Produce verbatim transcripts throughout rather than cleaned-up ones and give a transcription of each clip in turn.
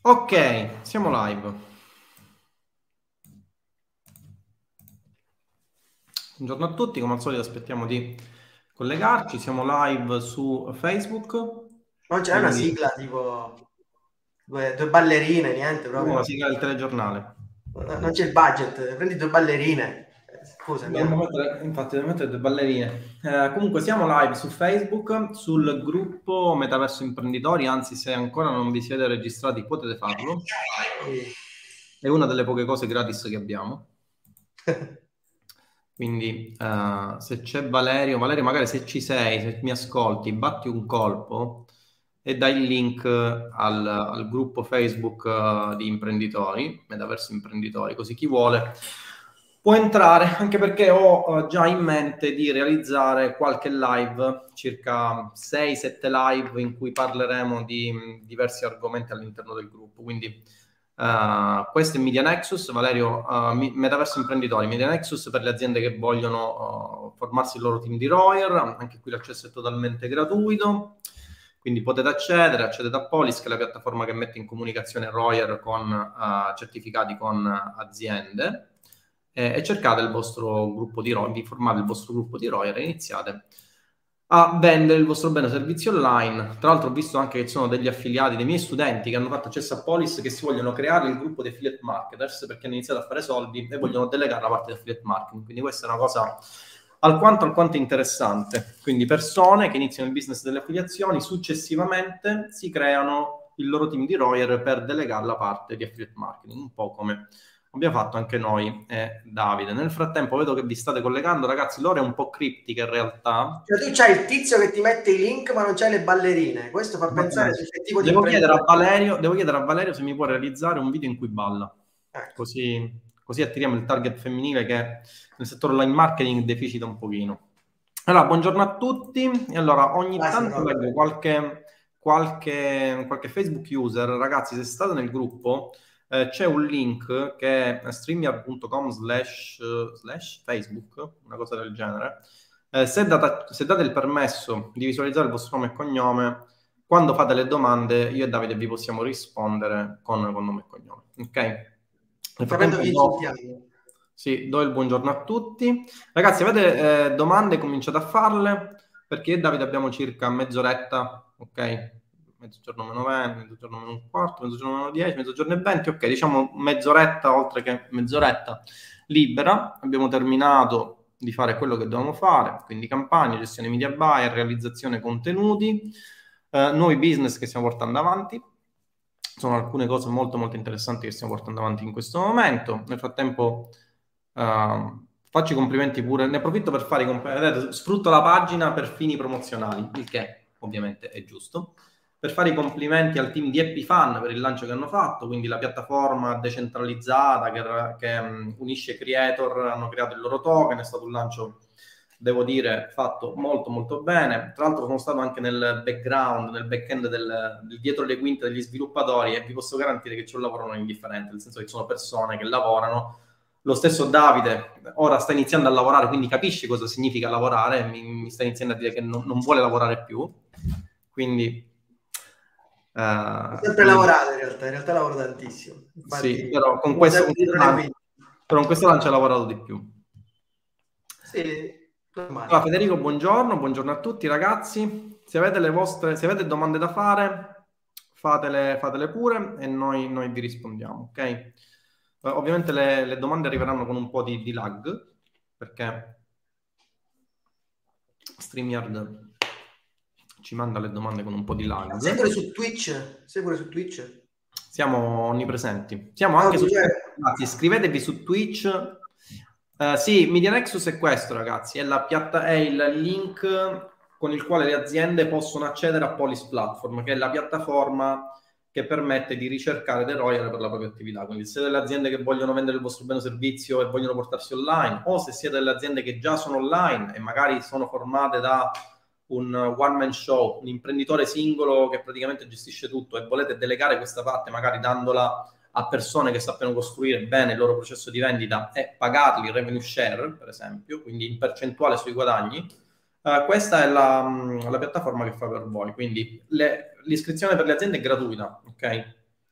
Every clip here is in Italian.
Ok, siamo live. Buongiorno a tutti, come al solito aspettiamo di collegarci. Siamo live su Facebook, Non c'è una quindi sigla tipo due, due ballerine, niente abbiamo la proprio. sigla del telegiornale. Non c'è il budget, prendi due ballerine. Eh, Scusami. Dobbiamo eh. mettere, infatti, dobbiamo mettere due ballerine. Eh, comunque siamo live su Facebook, sul gruppo Metaverso Imprenditori, anzi se ancora non vi siete registrati potete farlo. Sì. È una delle poche cose gratis che abbiamo. Quindi eh, se c'è Valerio, Valerio magari se ci sei, se mi ascolti, batti un colpo e dai il link al, al gruppo Facebook eh, di imprenditori, Metaverso Imprenditori, così chi vuole può entrare, anche perché ho eh, già in mente di realizzare qualche live, circa sei sette live in cui parleremo di mh, diversi argomenti all'interno del gruppo, quindi Uh, questo è Media Nexus, Valerio, uh, mi- Metaverso Imprenditori, Media Nexus per le aziende che vogliono uh, formarsi il loro team di Royer, anche qui l'accesso è totalmente gratuito, quindi potete accedere, accedete a Polis, che è la piattaforma che mette in comunicazione Royer con uh, certificati con aziende, e, e cercate il vostro gruppo di Royer, vi formate il vostro gruppo di Royer e iniziate a vendere il vostro bene o servizio online. Tra l'altro ho visto anche che ci sono degli affiliati, dei miei studenti che hanno fatto accesso a Polis, che si vogliono creare il gruppo di affiliate marketers perché hanno iniziato a fare soldi e vogliono delegare la parte di affiliate marketing. Quindi questa è una cosa alquanto alquanto interessante. Quindi persone che iniziano il business delle affiliazioni, successivamente si creano il loro team di Royer per delegare la parte di affiliate marketing, un po' come abbiamo fatto anche noi e Davide. Nel frattempo vedo che vi state collegando, ragazzi, l'ora è un po' criptica in realtà. Cioè, tu c'hai il tizio che ti mette i link, ma non c'hai le ballerine. Questo fa pensare su Esattamente. che tipo di Devo chiedere a imprenditore. Valerio, devo chiedere a Valerio se mi può realizzare un video in cui balla, Ecco. così, così attiriamo il target femminile che nel settore online marketing deficita un pochino. Allora, buongiorno a tutti. E allora, ogni Classico, tanto no? leggo qualche, qualche, qualche Facebook user. Ragazzi, se state nel gruppo, eh, c'è un link che è streamyard.com slash slash Facebook, una cosa del genere. Eh, se, data- se date il permesso di visualizzare il vostro nome e cognome, quando fate le domande, io e Davide vi possiamo rispondere con, con nome e cognome. Ok? Nel Sapendo frattempo chi do, insultiamo. sì, do il buongiorno a tutti. Ragazzi, avete eh, domande? Cominciate a farle, perché io e Davide abbiamo circa mezz'oretta, ok? Mezzogiorno meno venti, mezzogiorno meno un quarto, mezzogiorno meno dieci, mezzogiorno e venti, ok, diciamo mezz'oretta, oltre che mezz'oretta libera. Abbiamo terminato di fare quello che dovevamo fare, quindi campagne, gestione media buyer, realizzazione contenuti, eh, nuovi business che stiamo portando avanti. Sono alcune cose molto molto interessanti che stiamo portando avanti in questo momento. Nel frattempo eh, faccio i complimenti pure, ne approfitto per fare i complimenti, sfrutto la pagina per fini promozionali, il che ovviamente è giusto, per fare i complimenti al team di Epifan per il lancio che hanno fatto, quindi la piattaforma decentralizzata che, che um, unisce creator, hanno creato il loro token, è stato un lancio, devo dire, fatto molto molto bene. Tra l'altro sono stato anche nel background, nel back-end del, del dietro le quinte degli sviluppatori e vi posso garantire che c'è un lavoro non indifferente, nel senso che ci sono persone che lavorano. Lo stesso Davide ora sta iniziando a lavorare, quindi capisce cosa significa lavorare, mi, mi sta iniziando a dire che non, non vuole lavorare più, quindi Ho Uh, sempre quindi lavorato in realtà, in realtà lavoro tantissimo. sì, Infatti, però con sono questo, con sempre questo dietro le lancio, quinte. però con questo lancio ha lavorato di più. Sì, normale. Allora, Federico, buongiorno, buongiorno a tutti ragazzi. Se avete le vostre, se avete domande da fare, fatele, fatele pure e noi, noi vi rispondiamo, ok? Eh, ovviamente le, le domande arriveranno con un po' di, di lag, perché StreamYard ci manda le domande con un po' di Ma sei lag. pure su Twitch? Sei pure su Twitch? Siamo onnipresenti. Siamo Ah, anche ok, su cioè, Twitch, ragazzi, iscrivetevi su Twitch. Eh, sì, Media Nexus è questo, ragazzi, è, la piatta- è il link con il quale le aziende possono accedere a Polis Platform, che è la piattaforma che permette di ricercare dei royalty per la propria attività. Quindi se siete delle aziende che vogliono vendere il vostro bene o servizio e vogliono portarsi online, o se siete delle aziende che già sono online e magari sono formate da un one man show, un imprenditore singolo che praticamente gestisce tutto e volete delegare questa parte magari dandola a persone che sappiano costruire bene il loro processo di vendita e pagarli revenue share, per esempio, quindi in percentuale sui guadagni, eh, questa è la, la piattaforma che fa per voi. Quindi le, l'iscrizione per le aziende è gratuita, ok?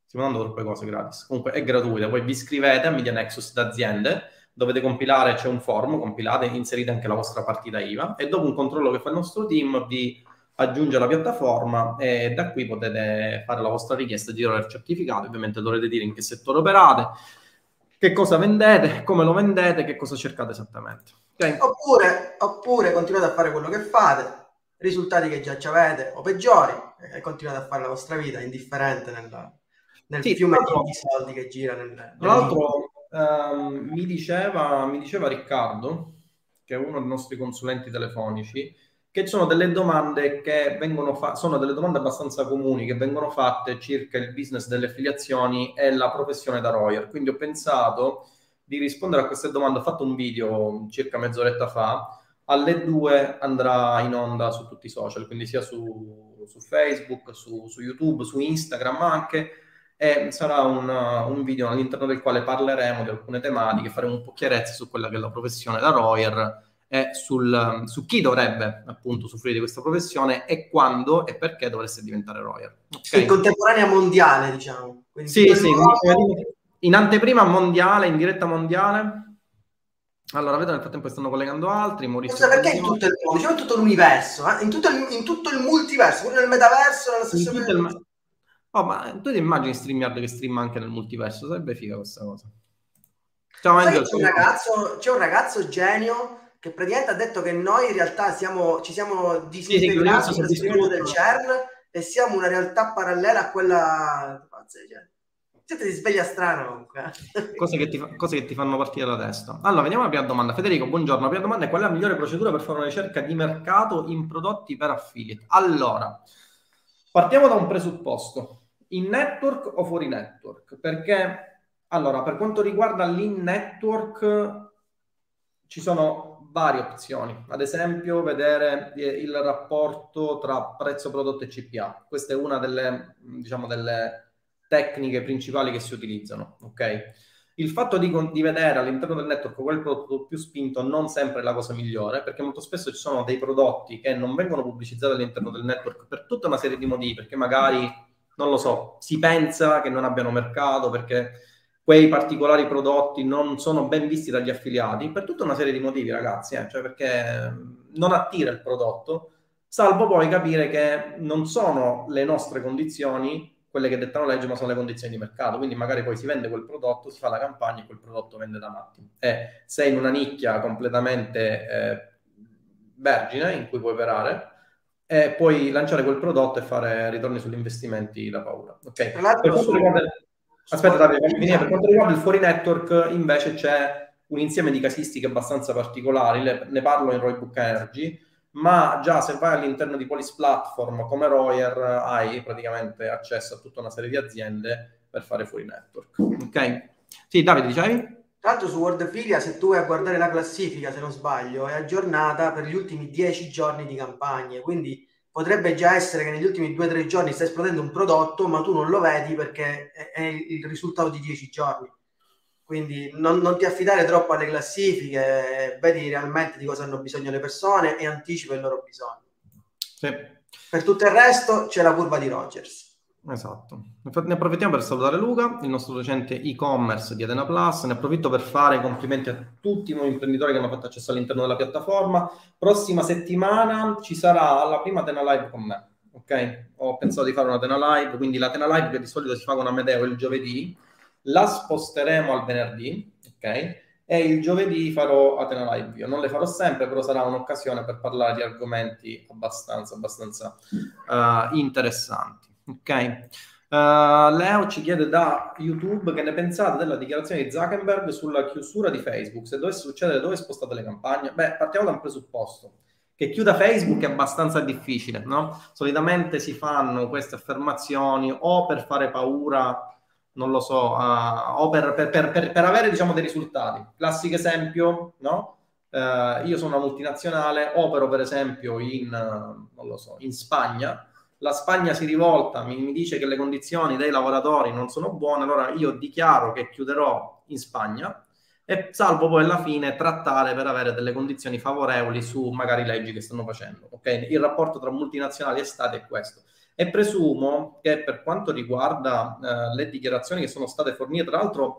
stiamo dando troppe cose gratis. Comunque è gratuita, poi vi iscrivete a Media Nexus d'aziende, dovete compilare, c'è un form, compilate, inserite anche la vostra partita I V A e dopo un controllo che fa il nostro team vi aggiunge alla piattaforma e da qui potete fare la vostra richiesta di girare il certificato. Ovviamente dovrete dire in che settore operate, che cosa vendete, come lo vendete, che cosa cercate esattamente. Okay? Oppure, oppure continuate a fare quello che fate, risultati che già ci avete o peggiori, e continuate a fare la vostra vita indifferente nella, nel Sì, fiume di soldi che gira nel, tra nel l'altro ehm, mi diceva, mi diceva Riccardo, che è uno dei nostri consulenti telefonici, che ci sono delle domande che vengono fatte, sono delle domande abbastanza comuni che vengono fatte circa il business delle affiliazioni e la professione da Royer. Quindi ho pensato di rispondere a queste domande. Ho fatto un video circa mezz'oretta fa, alle due andrà in onda su tutti i social, quindi sia su, su Facebook, su, su YouTube, su Instagram anche, e sarà un, un video all'interno del quale parleremo di alcune tematiche, faremo un po' chiarezza su quella che è la professione da Royer e sul, su chi dovrebbe appunto usufruire di questa professione e quando e perché dovreste diventare Royer. Okay? In contemporanea mondiale, diciamo. Quindi sì, sì, in anteprima mondiale, in diretta mondiale. Allora, vedo nel frattempo stanno collegando altri. Maurizio, perché in tutto il mondo, diciamo in tutto l'universo, eh? in, tutto il, in tutto il multiverso, pure nel metaverso, nella stessa in il... Oh, ma tu ti immagini StreamYard che streama anche nel multiverso? Sarebbe figa questa cosa. Ciao, Angelo, c'è, un ragazzo, c'è un ragazzo genio che praticamente ha detto che noi in realtà siamo, ci siamo disintegrati sì, sì, del CERN e siamo una realtà parallela a quella... Siete di sveglia strana comunque. Cose che, ti fa, cose che ti fanno partire la testa. Allora, vediamo la prima domanda. Federico, buongiorno. La prima domanda è: qual è la migliore procedura per fare una ricerca di mercato in prodotti per affiliate? Allora, partiamo da un presupposto. In network o fuori network? Perché, allora, per quanto riguarda l'in network ci sono varie opzioni. Ad esempio, vedere il rapporto tra prezzo prodotto e C P A. Questa è una delle, diciamo, delle tecniche principali che si utilizzano, ok? Il fatto di, di vedere all'interno del network quel prodotto più spinto non sempre è la cosa migliore, perché molto spesso ci sono dei prodotti che non vengono pubblicizzati all'interno del network per tutta una serie di motivi, perché magari, non lo so, si pensa che non abbiano mercato, perché quei particolari prodotti non sono ben visti dagli affiliati, per tutta una serie di motivi, ragazzi, eh? Cioè perché non attira il prodotto, salvo poi capire che non sono le nostre condizioni quelle che dettano legge, ma sono le condizioni di mercato. Quindi magari poi si vende quel prodotto, si fa la campagna e quel prodotto vende da matti. E sei in una nicchia completamente eh, vergine in cui puoi operare, e puoi lanciare quel prodotto e fare ritorni sugli investimenti da paura. Ok? Per quanto riguarda... Aspetta, Davide, per finire. Per quanto riguarda il fuori network, invece c'è un insieme di casistiche abbastanza particolari, le, ne parlo in Roybook Energy, ma già se vai all'interno di Polis Platform come Royer hai praticamente accesso a tutta una serie di aziende per fare fuori network. Ok? Sì, Davide, dicevi? Tra l'altro su Wordfilia, se tu vai a guardare la classifica, se non sbaglio, è aggiornata per gli ultimi dieci giorni di campagne, quindi potrebbe già essere che negli ultimi due o tre giorni sta esplodendo un prodotto, ma tu non lo vedi perché è il risultato di dieci giorni. Quindi non, non ti affidare troppo alle classifiche, vedi realmente di cosa hanno bisogno le persone e anticipa i loro bisogni. Sì. Per tutto il resto c'è la curva di Rogers. Esatto. Ne approfittiamo per salutare Luca, il nostro docente e-commerce di Atena Plus. Ne approfitto per fare complimenti a tutti i nuovi imprenditori che hanno fatto accesso all'interno della piattaforma. Prossima settimana ci sarà la prima Atena Live con me. Ok? Ho pensato di fare una Atena Live, quindi la Atena Live che di solito si fa con Amedeo il giovedì, la sposteremo al venerdì, ok? E il giovedì farò Atena Live io. Non le farò sempre, però sarà un'occasione per parlare di argomenti abbastanza, abbastanza uh, interessanti. Ok, uh, Leo ci chiede da YouTube che ne pensate della dichiarazione di Zuckerberg sulla chiusura di Facebook. Se dovesse succedere, dove spostate le campagne? Beh, partiamo da un presupposto: che chiuda Facebook è abbastanza difficile, no? Solitamente si fanno queste affermazioni o per fare paura, non lo so, uh, o per, per, per, per, per avere, diciamo, dei risultati. Classico esempio, no? Uh, io sono una multinazionale, opero per esempio in, uh, non lo so, in Spagna. La Spagna si rivolta, mi, mi dice che le condizioni dei lavoratori non sono buone, allora io dichiaro che chiuderò in Spagna e salvo poi alla fine trattare per avere delle condizioni favorevoli su magari leggi che stanno facendo. Okay? Il rapporto tra multinazionali e stati è questo. E presumo che per quanto riguarda eh, le dichiarazioni che sono state fornite, tra l'altro,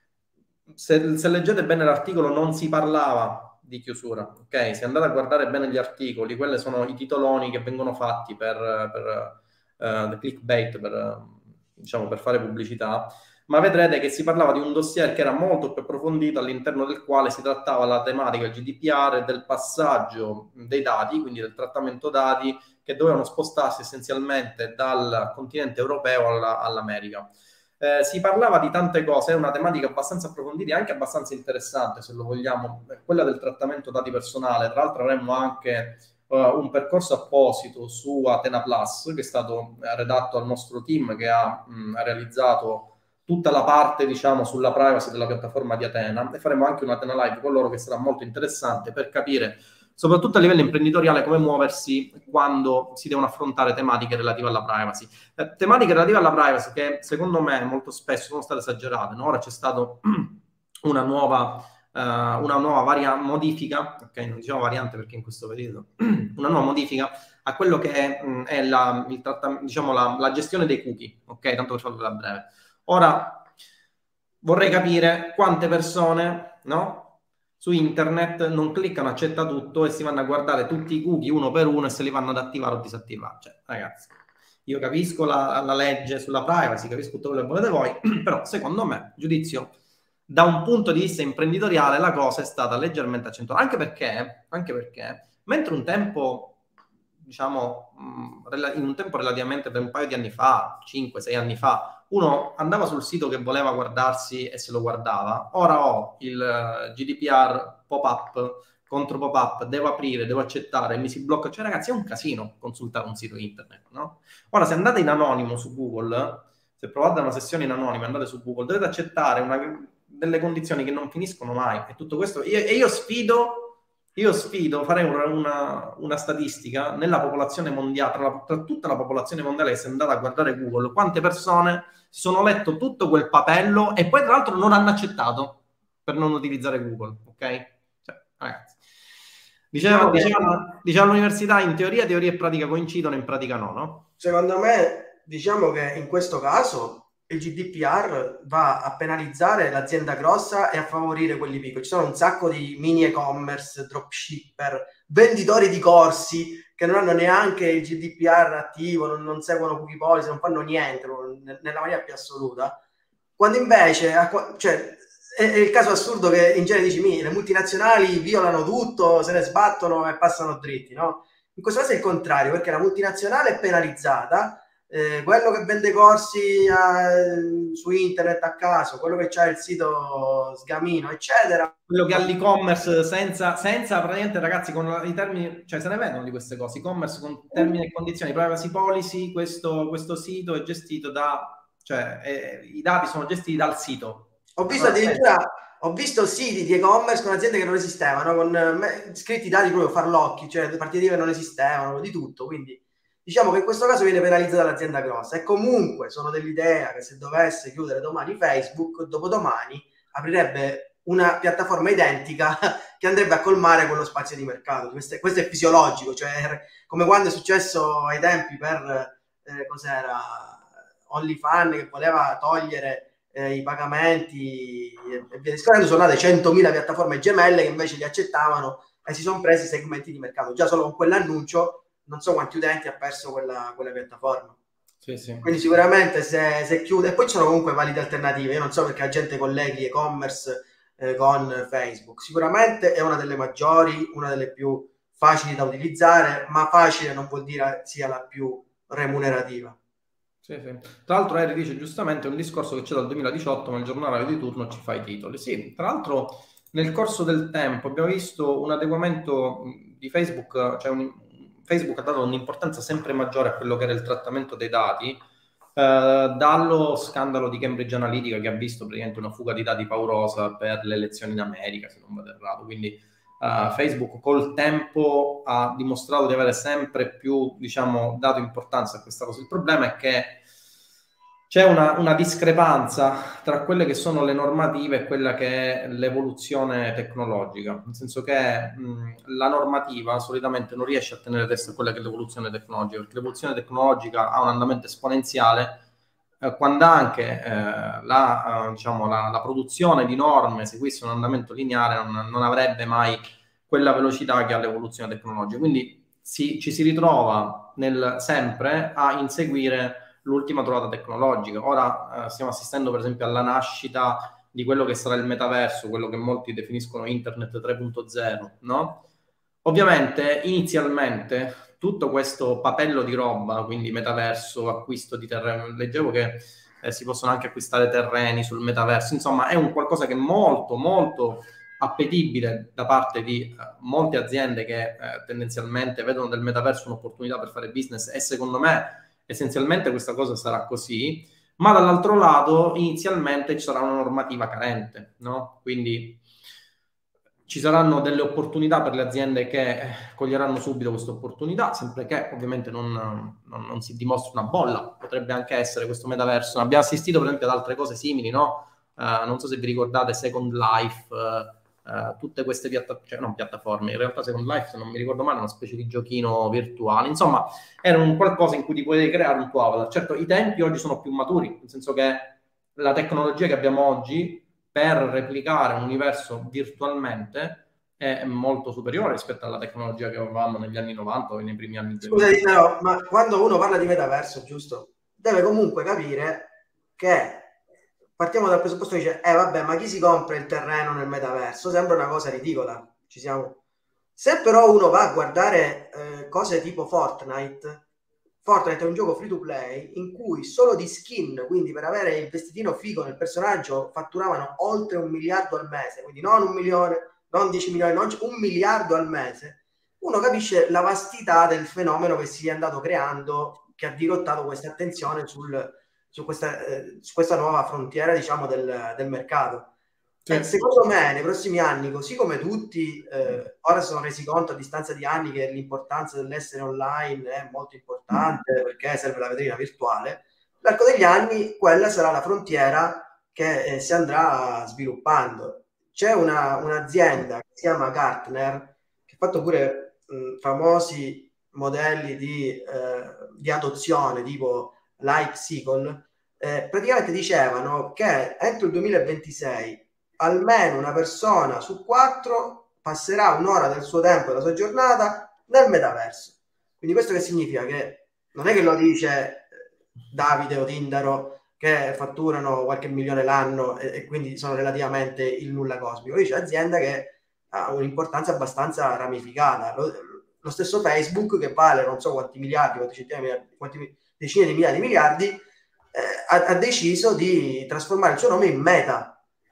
se, se leggete bene l'articolo non si parlava di chiusura, ok? Se andate a guardare bene gli articoli, quelli sono i titoloni che vengono fatti per, per uh, clickbait, per, diciamo, per fare pubblicità, ma vedrete che si parlava di un dossier che era molto più approfondito, all'interno del quale si trattava la tematica G D P R e del passaggio dei dati, quindi del trattamento dati, che dovevano spostarsi essenzialmente dal continente europeo alla, all'America. Eh, si parlava di tante cose, è una tematica abbastanza approfondita e anche abbastanza interessante, se lo vogliamo, quella del trattamento dati personale. Tra l'altro avremmo anche uh, un percorso apposito su Athena Plus, che è stato redatto al nostro team, che ha, mh, ha realizzato tutta la parte, diciamo, sulla privacy della piattaforma di Athena, e faremo anche una Athena Live con loro che sarà molto interessante per capire, soprattutto a livello imprenditoriale, come muoversi quando si devono affrontare tematiche relative alla privacy. Eh, tematiche relative alla privacy che secondo me molto spesso sono state esagerate, no? Ora c'è stata una nuova, uh, una nuova varia- modifica, ok, non diciamo variante perché in questo periodo, una nuova modifica a quello che è, mh, è la, il trattam- diciamo la, la gestione dei cookie, ok, tanto per farla breve. Ora vorrei capire quante persone, no? Su internet non cliccano accetta tutto e si vanno a guardare tutti i cookie uno per uno e se li vanno ad attivare o disattivare. Cioè, ragazzi, io capisco la, la legge sulla privacy, capisco tutto quello che volete voi, però secondo me, giudizio, da un punto di vista imprenditoriale la cosa è stata leggermente accentuata, anche perché, anche perché mentre un tempo, diciamo, in un tempo relativamente per un paio di anni fa, cinque sei anni fa, uno andava sul sito che voleva guardarsi e se lo guardava. Ora ho il G D P R pop-up contro pop-up, devo aprire, devo accettare, mi si blocca. Cioè, ragazzi, è un casino consultare un sito internet, no? Ora, se andate in anonimo su Google, se provate una sessione in anonimo, andate su Google, dovete accettare una, delle condizioni che non finiscono mai. E tutto questo, io, e io sfido io sfido, farei una, una, una statistica nella popolazione mondiale, tra, la, tra tutta la popolazione mondiale che si è andata a guardare Google, quante persone si sono letto tutto quel papello e poi tra l'altro non hanno accettato per non utilizzare Google, ok? Cioè, ragazzi. Diceva, Diciamo che diceva, diceva all'università, in teoria teoria e pratica coincidono, in pratica no, no? secondo me, diciamo che in questo caso il G D P R va a penalizzare l'azienda grossa e a favorire quelli piccoli. Ci sono un sacco di mini e-commerce, dropshipper, venditori di corsi che non hanno neanche il G D P R attivo, non, non seguono cookie policy, non fanno niente nella maniera più assoluta. Quando invece, cioè, è, è il caso assurdo che in genere dici, le multinazionali violano tutto, se ne sbattono e passano dritti, no? In questo caso è il contrario, perché la multinazionale è penalizzata, eh, quello che vende corsi a, su internet a caso, quello che ha il sito sgamino, eccetera. Quello che ha l'e-commerce senza, senza praticamente, ragazzi, con i termini, cioè se ne vendono di queste cose, e-commerce con termini e condizioni, privacy policy, questo, questo sito è gestito da, cioè eh, i dati sono gestiti dal sito. Ho visto addirittura, ho visto siti di e-commerce con aziende che non esistevano, con me, scritti dati proprio farlocchi, cioè partite che non esistevano, di tutto, quindi diciamo che in questo caso viene penalizzata l'azienda grossa e comunque sono dell'idea che se dovesse chiudere domani Facebook, dopodomani aprirebbe una piattaforma identica che andrebbe a colmare quello spazio di mercato. Questo è, questo è fisiologico, cioè come quando è successo ai tempi per, eh, cos'era, OnlyFans che voleva togliere eh, i pagamenti e, e via discorrendo, sono nate centomila piattaforme gemelle che invece li accettavano e si sono presi segmenti di mercato. Già solo con quell'annuncio non so quanti utenti ha perso quella, quella piattaforma. Sì, sì. Quindi sicuramente se, se chiude, e poi ci sono comunque valide alternative, io non so perché la gente colleghi e-commerce eh, con Facebook, sicuramente è una delle maggiori, una delle più facili da utilizzare, ma facile non vuol dire sia la più remunerativa. Sì, sì. Tra l'altro Harry dice giustamente un discorso che c'è dal duemiladiciotto, ma il giornale di turno ci fa i titoli. Sì, tra l'altro nel corso del tempo abbiamo visto un adeguamento di Facebook, cioè un, Facebook ha dato un'importanza sempre maggiore a quello che era il trattamento dei dati, eh, dallo scandalo di Cambridge Analytica che ha visto praticamente una fuga di dati paurosa per le elezioni in America, se non vado errato. Quindi uh, Facebook col tempo ha dimostrato di avere sempre più, diciamo, dato importanza a questa cosa. Il problema è che c'è una, una discrepanza tra quelle che sono le normative e quella che è l'evoluzione tecnologica, nel senso che mh, la normativa solitamente non riesce a tenere testa a quella che è l'evoluzione tecnologica, perché l'evoluzione tecnologica ha un andamento esponenziale, eh, quando anche eh, la, eh, diciamo, la, la produzione di norme seguisse un andamento lineare non, non avrebbe mai quella velocità che ha l'evoluzione tecnologica. Quindi si, ci si ritrova nel, sempre a inseguire l'ultima trovata tecnologica. Ora eh, stiamo assistendo per esempio alla nascita di quello che sarà il metaverso, quello che molti definiscono Internet tre punto zero, no? Ovviamente inizialmente tutto questo papello di roba, quindi metaverso, acquisto di terreni, leggevo che eh, si possono anche acquistare terreni sul metaverso, insomma è un qualcosa che è molto molto appetibile da parte di eh, molte aziende che eh, tendenzialmente vedono nel metaverso un'opportunità per fare business, e secondo me essenzialmente questa cosa sarà così, ma dall'altro lato inizialmente ci sarà una normativa carente, no? Quindi ci saranno delle opportunità per le aziende che eh, coglieranno subito queste opportunità, sempre che ovviamente non, non, non si dimostri una bolla. Potrebbe anche essere questo metaverso. Abbiamo assistito per esempio ad altre cose simili, no? Uh, non so se vi ricordate Second Life, uh, uh, tutte queste piattaforme, cioè non piattaforme, in realtà Second Life, se non mi ricordo male, è una specie di giochino virtuale. Insomma, era un qualcosa in cui ti potevi creare un tuo avatar. Certo, i tempi oggi sono più maturi, nel senso che la tecnologia che abbiamo oggi per replicare un universo virtualmente è molto superiore rispetto alla tecnologia che avevamo negli anni novanta o nei primi anni duemila. Scusate, però, ma quando uno parla di metaverso, giusto, deve comunque capire che partiamo dal presupposto che dice, eh vabbè, ma chi si compra il terreno nel metaverso? Sembra una cosa ridicola, ci siamo. Se però uno va a guardare eh, cose tipo Fortnite, Fortnite è un gioco free to play in cui solo di skin, quindi per avere il vestitino figo nel personaggio, fatturavano oltre un miliardo al mese, quindi non un milione, non dieci milioni, non un miliardo al mese. Uno capisce la vastità del fenomeno che si è andato creando, che ha dirottato questa attenzione sul, su, questa, eh, su questa nuova frontiera, diciamo, del, del mercato. Sì. E secondo me nei prossimi anni, così come tutti eh, ora si sono resi conto a distanza di anni che l'importanza dell'essere online è molto importante perché serve la vetrina virtuale, l'arco degli anni quella sarà la frontiera che eh, si andrà sviluppando. C'è una, un'azienda che si chiama Gartner che ha fatto pure mh, famosi modelli di, eh, di adozione tipo Life Cycle, eh, praticamente dicevano che entro il duemilaventisei almeno una persona su quattro passerà un'ora del suo tempo, della sua giornata nel metaverso. Quindi questo che significa? Che non è che lo dice Davide o Tindaro che fatturano qualche milione l'anno e, e quindi sono relativamente il nulla cosmico, lo dice azienda che ha un'importanza abbastanza ramificata. Lo, lo stesso Facebook che vale non so quanti miliardi, quanti centinaia di miliardi, quanti decine di migliaia di miliardi, eh, ha, ha deciso di trasformare il suo nome in Meta.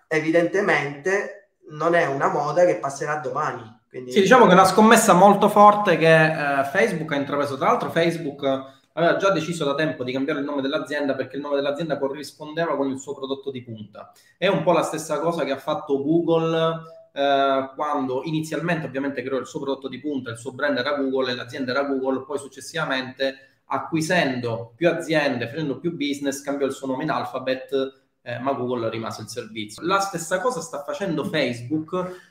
Evidentemente non è una moda che passerà domani. Quindi... Sì, diciamo che è una scommessa molto forte che eh, Facebook ha intrapreso. Tra l'altro Facebook aveva già deciso da tempo di cambiare il nome dell'azienda perché il nome dell'azienda corrispondeva con il suo prodotto di punta. È un po' la stessa cosa che ha fatto Google eh, quando inizialmente ovviamente creò il suo prodotto di punta, il suo brand era Google e l'azienda era Google, poi successivamente acquisendo più aziende, facendo più business, cambiò il suo nome in Alphabet, eh, ma Google rimase il servizio. La stessa cosa sta facendo Facebook.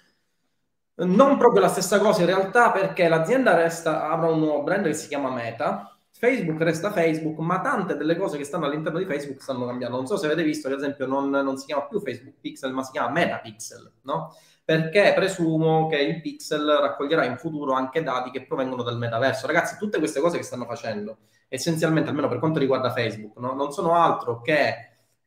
Non proprio la stessa cosa in realtà, perché l'azienda resta, avrà un nuovo brand che si chiama Meta, Facebook resta Facebook, ma tante delle cose che stanno all'interno di Facebook stanno cambiando. Non so se avete visto che ad esempio non, non si chiama più Facebook Pixel, ma si chiama Metapixel, no? Perché presumo che il Pixel raccoglierà in futuro anche dati che provengono dal metaverso. Ragazzi, tutte queste cose che stanno facendo, essenzialmente, almeno per quanto riguarda Facebook, no? Non sono altro che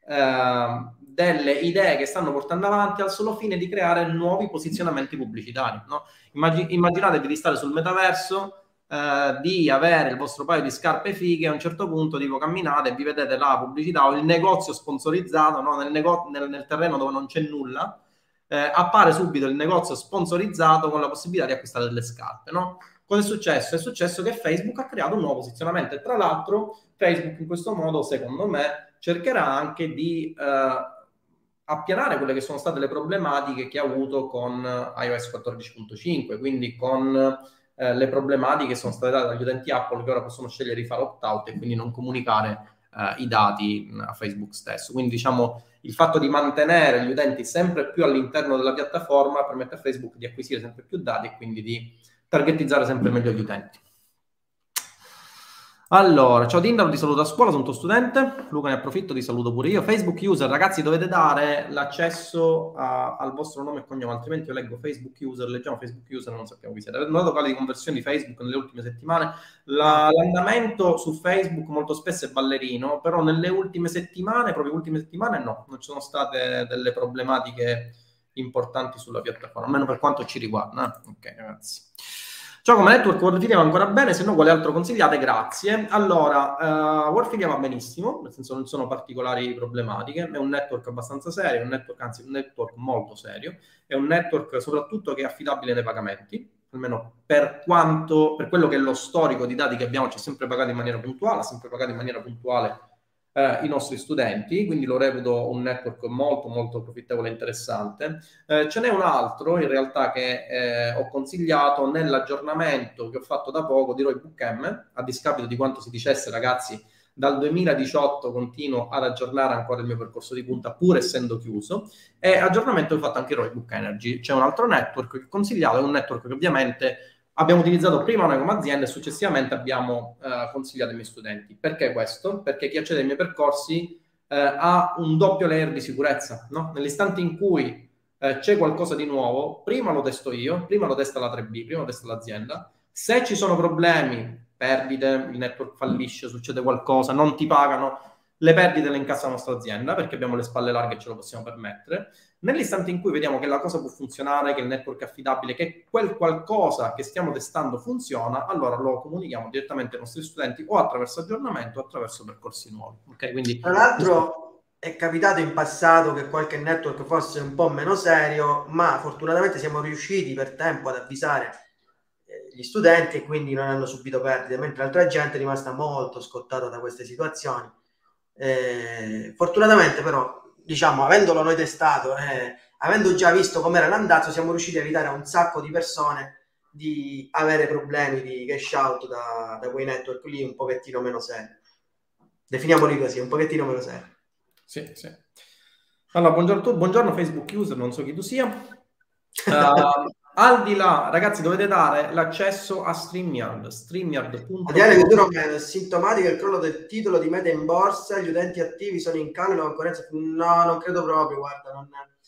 eh, delle idee che stanno portando avanti al solo fine di creare nuovi posizionamenti pubblicitari, no? Immag- immaginatevi di stare sul metaverso, eh, di avere il vostro paio di scarpe fighe, a un certo punto tipo camminate e vi vedete la pubblicità o il negozio sponsorizzato, no? nel, nego- nel, nel terreno dove non c'è nulla, eh, appare subito il negozio sponsorizzato con la possibilità di acquistare delle scarpe, no? Cosa è successo? È successo che Facebook ha creato un nuovo posizionamento e tra l'altro Facebook in questo modo, secondo me, cercherà anche di eh, appianare quelle che sono state le problematiche che ha avuto con iOS quattordici punto cinque, quindi con eh, le problematiche che sono state date dagli utenti Apple che ora possono scegliere di fare opt-out e quindi non comunicare eh, i dati a Facebook stesso. Quindi diciamo il fatto di mantenere gli utenti sempre più all'interno della piattaforma permette a Facebook di acquisire sempre più dati e quindi di targetizzare sempre meglio gli utenti. Allora, ciao Tindaro, ti saluto a scuola, sono tuo studente. Luca, ne approfitto, ti saluto pure io. Facebook user, ragazzi, dovete dare l'accesso a, al vostro nome e cognome, altrimenti io leggo Facebook user, leggiamo Facebook user e non sappiamo chi siete. Avete notato quale di conversione di Facebook nelle ultime settimane? La, l'andamento su Facebook molto spesso è ballerino, però nelle ultime settimane, proprio le ultime settimane, no, non ci sono state delle problematiche importanti sulla piattaforma, almeno per quanto ci riguarda. Eh? Ok, ragazzi. Ciao, come network Wordfilia va ancora bene, se no quale altro consigliate? Grazie. Allora, uh, Wordfilia va benissimo, nel senso non sono particolari problematiche, è un network abbastanza serio, un network, anzi un network molto serio, è un network soprattutto che è affidabile nei pagamenti, almeno per quanto, per quello che è lo storico di dati che abbiamo, ci ha sempre pagato in maniera puntuale, ha sempre pagato in maniera puntuale eh, i nostri studenti, quindi lo reputo un network molto molto profittevole e interessante. Eh, ce n'è un altro in realtà che eh, ho consigliato nell'aggiornamento che ho fatto da poco di Roybook M, a discapito di quanto si dicesse, ragazzi, dal duemiladiciotto continuo ad aggiornare ancora il mio percorso di punta pur essendo chiuso, e aggiornamento ho fatto anche Roybook Energy. C'è un altro network che ho consigliato, è un network che ovviamente abbiamo utilizzato prima noi come azienda e successivamente abbiamo eh, consigliato ai miei studenti. Perché questo? Perché chi accede ai miei percorsi eh, ha un doppio layer di sicurezza, no? Nell'istante in cui eh, c'è qualcosa di nuovo, prima lo testo io, prima lo testa la tre B, prima lo testa l'azienda. Se ci sono problemi, perdite, il network fallisce, succede qualcosa, non ti pagano, le perdite le incassa la nostra azienda perché abbiamo le spalle larghe e ce lo possiamo permettere. Nell'istante in cui vediamo che la cosa può funzionare, che il network è affidabile, che quel qualcosa che stiamo testando funziona, allora lo comunichiamo direttamente ai nostri studenti o attraverso aggiornamento o attraverso percorsi nuovi. Okay? Quindi, tra l'altro è capitato in passato che qualche network fosse un po' meno serio, ma fortunatamente siamo riusciti per tempo ad avvisare gli studenti e quindi non hanno subito perdite, mentre altra gente è rimasta molto scottata da queste situazioni. Eh, fortunatamente però, diciamo, avendolo noi testato, eh, avendo già visto com'era l'andazzo, siamo riusciti a evitare a un sacco di persone di avere problemi di cash out da, da quei network lì un pochettino meno seri. Definiamoli così, un pochettino meno seri. Sì, sì. Allora, buongiorno, buongiorno Facebook user, non so chi tu sia. Uh, al di là, ragazzi, dovete dare l'accesso a StreamYard. StreamYard punto com. Adriano Vituro, è sintomatico il crollo del titolo di Meta in borsa, gli utenti attivi sono in calo, la concorrenza... No, non credo proprio, guarda. Non...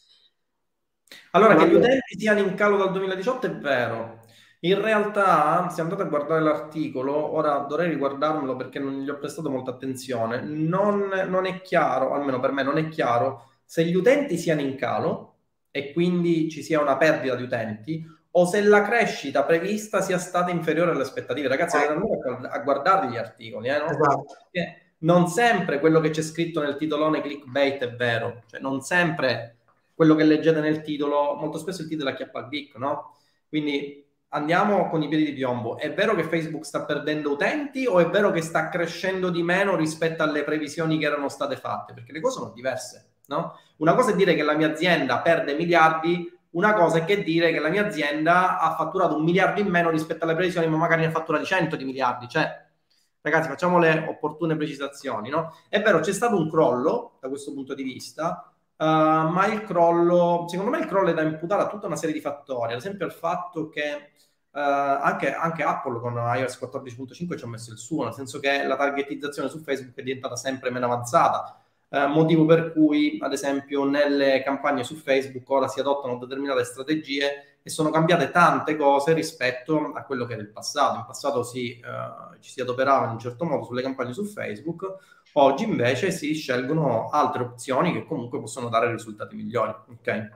Allora, non che gli utenti siano in calo dal duemiladiciotto è vero. In realtà, se andate a guardare l'articolo, ora dovrei riguardarmelo perché non gli ho prestato molta attenzione, non, non è chiaro, almeno per me non è chiaro, se gli utenti siano in calo e quindi ci sia una perdita di utenti, o se la crescita prevista sia stata inferiore alle aspettative. Ragazzi, eh. andate a guardare gli articoli, eh, no? Esatto. Perché non sempre quello che c'è scritto nel titolone clickbait è vero, cioè non sempre quello che leggete nel titolo, molto spesso il titolo è acchiappa al click, no? Quindi andiamo con i piedi di piombo. È vero che Facebook sta perdendo utenti o è vero che sta crescendo di meno rispetto alle previsioni che erano state fatte? Perché le cose sono diverse, no? Una cosa è dire che la mia azienda perde miliardi, una cosa è che dire che la mia azienda ha fatturato un miliardo in meno rispetto alle previsioni, ma magari ne ha fatturati cento di miliardi. Cioè, ragazzi, facciamo le opportune precisazioni, no? È vero, c'è stato un crollo da questo punto di vista, uh, ma il crollo, secondo me il crollo è da imputare a tutta una serie di fattori, ad esempio il fatto che uh, anche, anche Apple con iOS quattordici punto cinque ci ha messo il suo, nel senso che la targetizzazione su Facebook è diventata sempre meno avanzata. Uh, motivo per cui, ad esempio, nelle campagne su Facebook ora si adottano determinate strategie e sono cambiate tante cose rispetto a quello che era il passato. In passato si, uh, ci si adoperava in un certo modo sulle campagne su Facebook, oggi invece si scelgono altre opzioni che comunque possono dare risultati migliori. Ok?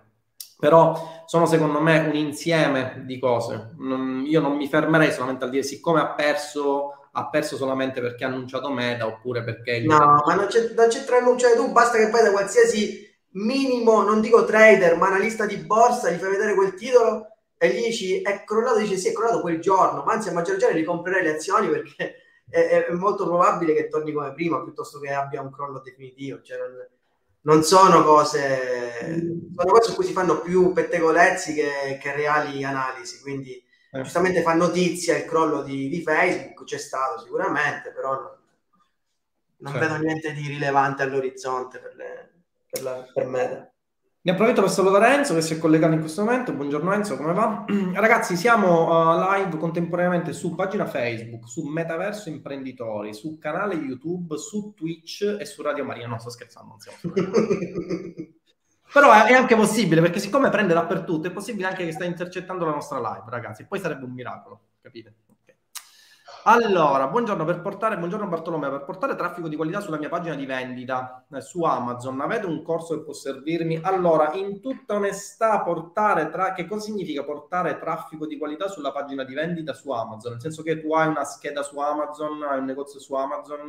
Però sono secondo me un insieme di cose. Non, io non mi fermerei solamente a dire siccome ha perso... ha perso solamente perché ha annunciato Meta oppure perché... No, utenti... ma non c'è, non c'è tra annunciare tu, basta che vai da qualsiasi minimo, non dico trader, ma analista di borsa, gli fai vedere quel titolo e gli dici è crollato, dice sì, è crollato quel giorno, ma anzi a maggior ragione ricomprerei le azioni perché è, è molto probabile che torni come prima piuttosto che abbia un crollo definitivo. Cioè non, non sono cose, sono cose su cui si fanno più pettegolezzi che, che reali analisi, quindi... Eh. Giustamente fa notizia il crollo di, di Facebook, c'è stato sicuramente, però no. non certo. vedo niente di rilevante all'orizzonte per, le, per, la, per Meta. Ne approfitto per salutare Enzo che si è collegato in questo momento. Buongiorno Enzo, come va? Ragazzi, siamo uh, live contemporaneamente su pagina Facebook, su Metaverso Imprenditori, su canale YouTube, su Twitch e su Radio Maria. No, sto scherzando, non siamo su Radio Maria. Però è anche possibile, perché siccome prende dappertutto, è possibile anche che sta intercettando la nostra live, ragazzi. Poi sarebbe un miracolo, capite? Okay. Allora, buongiorno per portare, buongiorno Bartolomeo, per portare traffico di qualità sulla mia pagina di vendita eh, su Amazon, avete un corso che può servirmi? Allora, in tutta onestà, portare tra... che cosa significa portare traffico di qualità sulla pagina di vendita su Amazon? Nel senso che tu hai una scheda su Amazon, hai un negozio su Amazon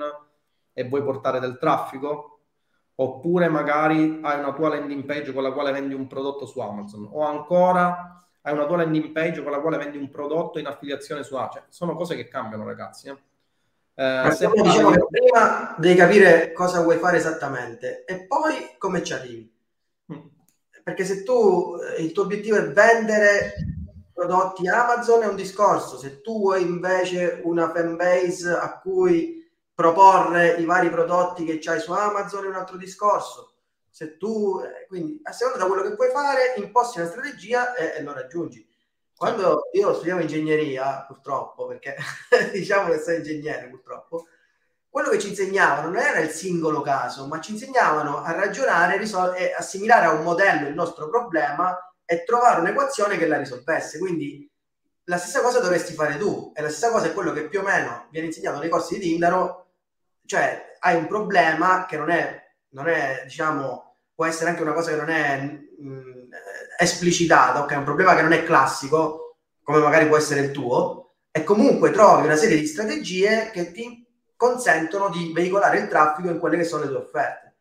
e vuoi portare del traffico? Oppure magari hai una tua landing page con la quale vendi un prodotto su Amazon, o ancora hai una tua landing page con la quale vendi un prodotto in affiliazione su Amazon. Cioè, sono cose che cambiano, ragazzi. Eh? Eh, se parli... diciamo che prima devi capire cosa vuoi fare esattamente e poi come ci arrivi. Mm. Perché se tu il tuo obiettivo è vendere prodotti Amazon è un discorso, se tu vuoi invece una fanbase a cui proporre i vari prodotti che c'hai su Amazon è un altro discorso. Se tu, quindi a seconda da quello che puoi fare, imposti una strategia e, e lo raggiungi. Quando io studiavo ingegneria, purtroppo, perché diciamo che sono ingegnere, purtroppo, quello che ci insegnavano non era il singolo caso, ma ci insegnavano a ragionare risol- e assimilare a un modello il nostro problema e trovare un'equazione che la risolvesse. Quindi la stessa cosa dovresti fare tu, e la stessa cosa è quello che più o meno viene insegnato nei corsi di Tindaro. Cioè hai un problema che non è, non è diciamo, può essere anche una cosa che non è mh, esplicitata, ok? Un problema che non è classico, come magari può essere il tuo, e comunque trovi una serie di strategie che ti consentono di veicolare il traffico in quelle che sono le tue offerte.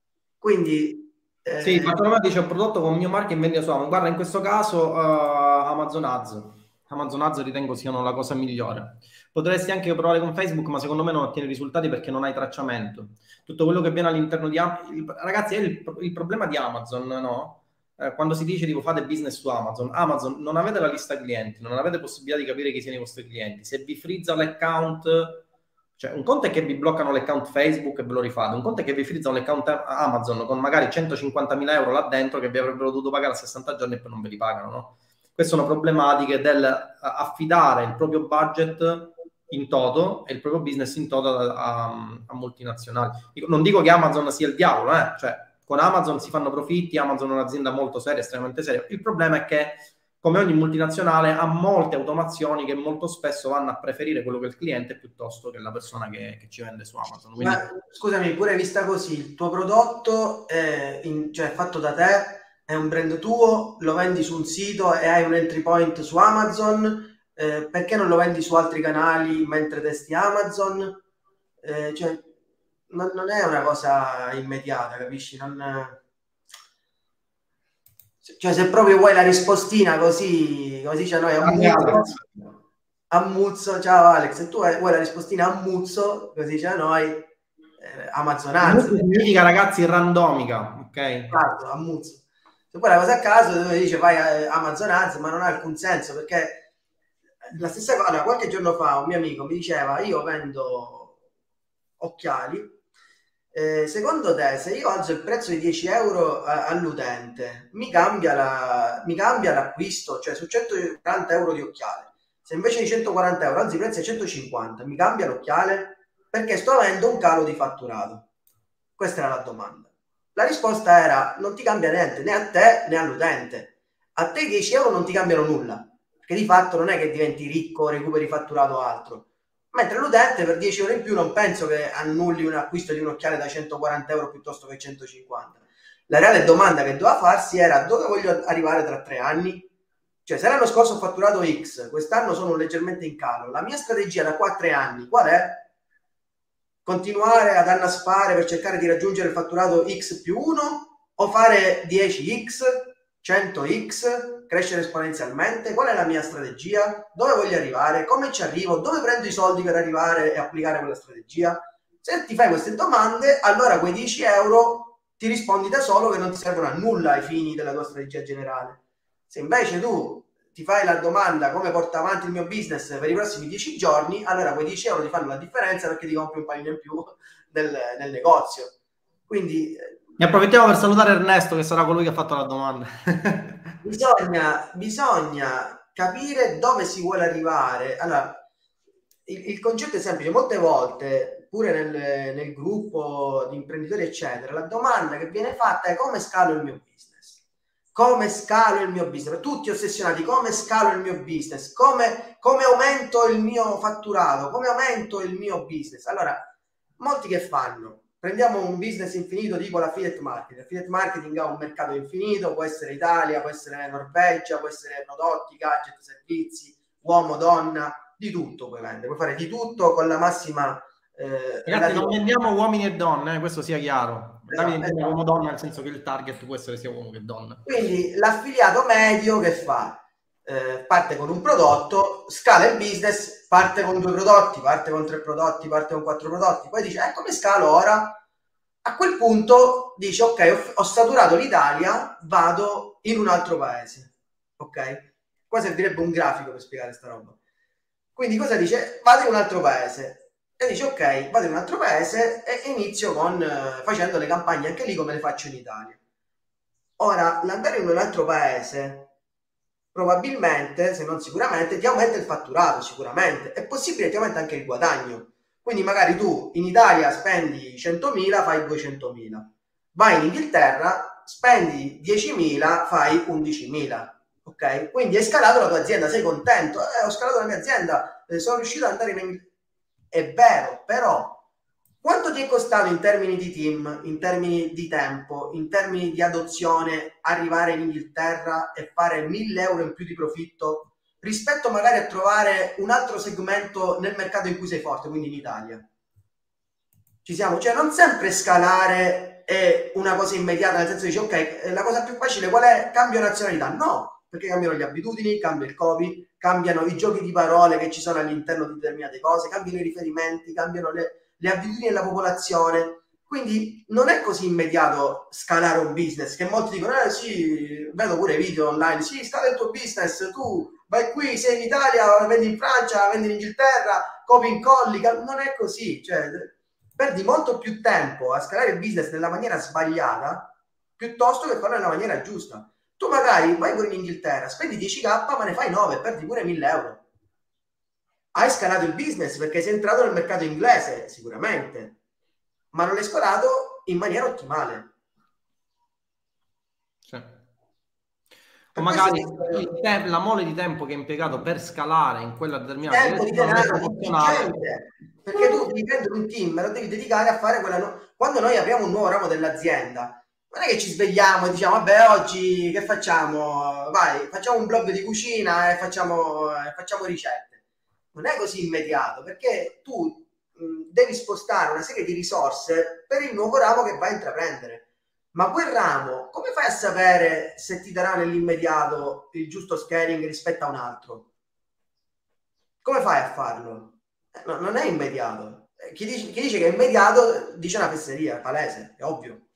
Quindi eh... sì, Bartolomeo dice un prodotto con il mio marchio in vendita su Amazon. Guarda, in questo caso uh, Amazon Ads Amazon Ads ritengo siano la cosa migliore. Potresti anche provare con Facebook, ma secondo me non ottieni risultati perché non hai tracciamento. Tutto quello che viene all'interno di Amazon, ragazzi, è il, il problema di Amazon, no? Eh, quando si dice tipo fate business su Amazon, Amazon non avete la lista clienti, non avete possibilità di capire chi siano i vostri clienti. Se vi frizza l'account, cioè un conto è che vi bloccano l'account Facebook e ve lo rifate, un conto è che vi frizzano l'account Amazon con magari centocinquantamila euro là dentro che vi avrebbero dovuto pagare a sessanta giorni e poi non ve li pagano, no? Queste sono problematiche del affidare il proprio budget in toto e il proprio business in toto a, a, a multinazionali. Non dico che Amazon sia il diavolo, eh? Cioè con Amazon si fanno profitti, Amazon è un'azienda molto seria, estremamente seria. Il problema è che, come ogni multinazionale, ha molte automazioni che molto spesso vanno a preferire quello che è il cliente piuttosto che la persona che, che ci vende su Amazon. Quindi... Ma scusami, pure vista così, il tuo prodotto è in, cioè, fatto da te, è un brand tuo, lo vendi su un sito e hai un entry point su Amazon, eh, perché non lo vendi su altri canali mentre testi Amazon? Eh, cioè, non, non è una cosa immediata, capisci? Non... Cioè, se proprio vuoi la rispostina così, come si dice a noi, a muzzo, a muzzo, ciao Alex, se tu vuoi la rispostina a muzzo, così dice a noi, eh, Amazon Ads. Significa, ragazzi, randomica, ok? Esatto, a muzzo. Se poi la cosa a caso dove dice vai a Amazon Ads, ma non ha alcun senso, perché la stessa cosa, qualche giorno fa un mio amico mi diceva io vendo occhiali, eh, secondo te se io alzo il prezzo di dieci euro a, all'utente mi cambia, la, mi cambia l'acquisto, cioè su centoquaranta euro di occhiale, se invece di centoquaranta euro alzi i prezzi a centocinquanta mi cambia l'occhiale? Perché sto avendo un calo di fatturato. Questa era la domanda. La risposta era non ti cambia niente, né a te né all'utente. A te dieci euro non ti cambiano nulla, perché di fatto non è che diventi ricco, recuperi fatturato o altro. Mentre l'utente per dieci euro in più non penso che annulli un acquisto di un occhiale da centoquaranta euro piuttosto che centocinquanta. La reale domanda che doveva farsi era dove voglio arrivare tra tre anni? Cioè se l'anno scorso ho fatturato X, quest'anno sono leggermente in calo, la mia strategia da qua a tre anni qual è? Continuare ad annaspare per cercare di raggiungere il fatturato X più uno o fare dieci X, cento X, crescere esponenzialmente? Qual è la mia strategia? Dove voglio arrivare? Come ci arrivo? Dove prendo i soldi per arrivare e applicare quella strategia? Se ti fai queste domande, allora quei dieci euro ti rispondi da solo che non ti servono a nulla ai fini della tua strategia generale. Se invece tu ti fai la domanda come porto avanti il mio business per i prossimi dieci giorni, allora quei dieci euro ti fanno la differenza perché ti compri un panino in più nel, nel negozio. Quindi ne approfittiamo per salutare Ernesto, che sarà colui che ha fatto la domanda. bisogna, bisogna capire dove si vuole arrivare. Allora, il, il concetto è semplice. Molte volte, pure nel, nel gruppo di imprenditori, eccetera, la domanda che viene fatta è: come scalo il mio business? Come scalo il mio business? Tutti ossessionati: come scalo il mio business? Come, come aumento il mio fatturato? Come aumento il mio business? Allora, molti che fanno? Prendiamo un business infinito tipo l'affiliate marketing. L'affiliate marketing ha un mercato infinito, può essere Italia, può essere Norvegia, può essere prodotti, gadget, servizi, uomo, donna, di tutto puoi vendere, puoi fare di tutto con la massima... Eh, Ragazzi, non vendiamo uomini e donne, eh, questo sia chiaro. Esatto, Davide esatto. uomo donna, nel senso che il target può essere sia uomo che donna. Quindi l'affiliato medio che fa? Eh, parte con un prodotto, scala il business, parte con due prodotti, parte con tre prodotti, parte con quattro prodotti, poi dice: eh, come scalo ora? A quel punto dice: ok, ho, ho saturato l'Italia, vado in un altro paese. Ok? Qua servirebbe un grafico per spiegare sta roba. Quindi cosa dice? Vado in un altro paese. E dice: ok, vado in un altro paese e inizio con eh, facendo le campagne anche lì come le faccio in Italia. Ora, l'andare in un altro paese probabilmente, se non sicuramente, ti aumenta il fatturato, sicuramente. È possibile ti aumenta anche il guadagno. Quindi magari tu in Italia spendi centomila, fai duecentomila. Vai in Inghilterra, spendi diecimila, fai undicimila. Ok? Quindi hai scalato la tua azienda, sei contento. Eh, ho scalato la mia azienda, eh, sono riuscito ad andare in Inghilterra. È vero, però quanto ti è costato in termini di team, in termini di tempo, in termini di adozione arrivare in Inghilterra e fare mille euro in più di profitto rispetto magari a trovare un altro segmento nel mercato in cui sei forte, quindi in Italia? Ci siamo? Cioè non sempre scalare è una cosa immediata, nel senso dici: ok, la cosa più facile qual è? Cambio nazionalità. No, perché cambiano le abitudini, cambia il Covid, cambiano i giochi di parole che ci sono all'interno di determinate cose, cambiano i riferimenti, cambiano le, le abitudini della popolazione. Quindi non è così immediato scalare un business, che molti dicono: eh sì, vedo pure video online, sì, scala il tuo business, tu vai qui, sei in Italia, vendi in Francia, vendi in Inghilterra, copi incolli. Non è così, cioè perdi molto più tempo a scalare il business nella maniera sbagliata piuttosto che farlo nella maniera giusta. Tu magari vai pure in Inghilterra, spendi dieci k, ma ne fai nove, perdi pure mille euro. Hai scalato il business perché sei entrato nel mercato inglese, sicuramente, ma non l'hai scalato in maniera ottimale. Sì. O magari il te- la mole di tempo che hai impiegato per scalare in quella determinata tempo di denaro, di gente, perché tu devi prendere un team e lo devi dedicare a fare quella. No... Quando noi apriamo un nuovo ramo dell'azienda, non è che ci svegliamo e diciamo: vabbè, oggi che facciamo? Vai, facciamo un blog di cucina e facciamo, e facciamo ricette. Non è così immediato, perché tu mh, devi spostare una serie di risorse per il nuovo ramo che vai a intraprendere. Ma quel ramo, come fai a sapere se ti darà nell'immediato il giusto scaling rispetto a un altro? Come fai a farlo? No, non è immediato. Chi dice, chi dice che è immediato dice una fesseria, palese, è ovvio.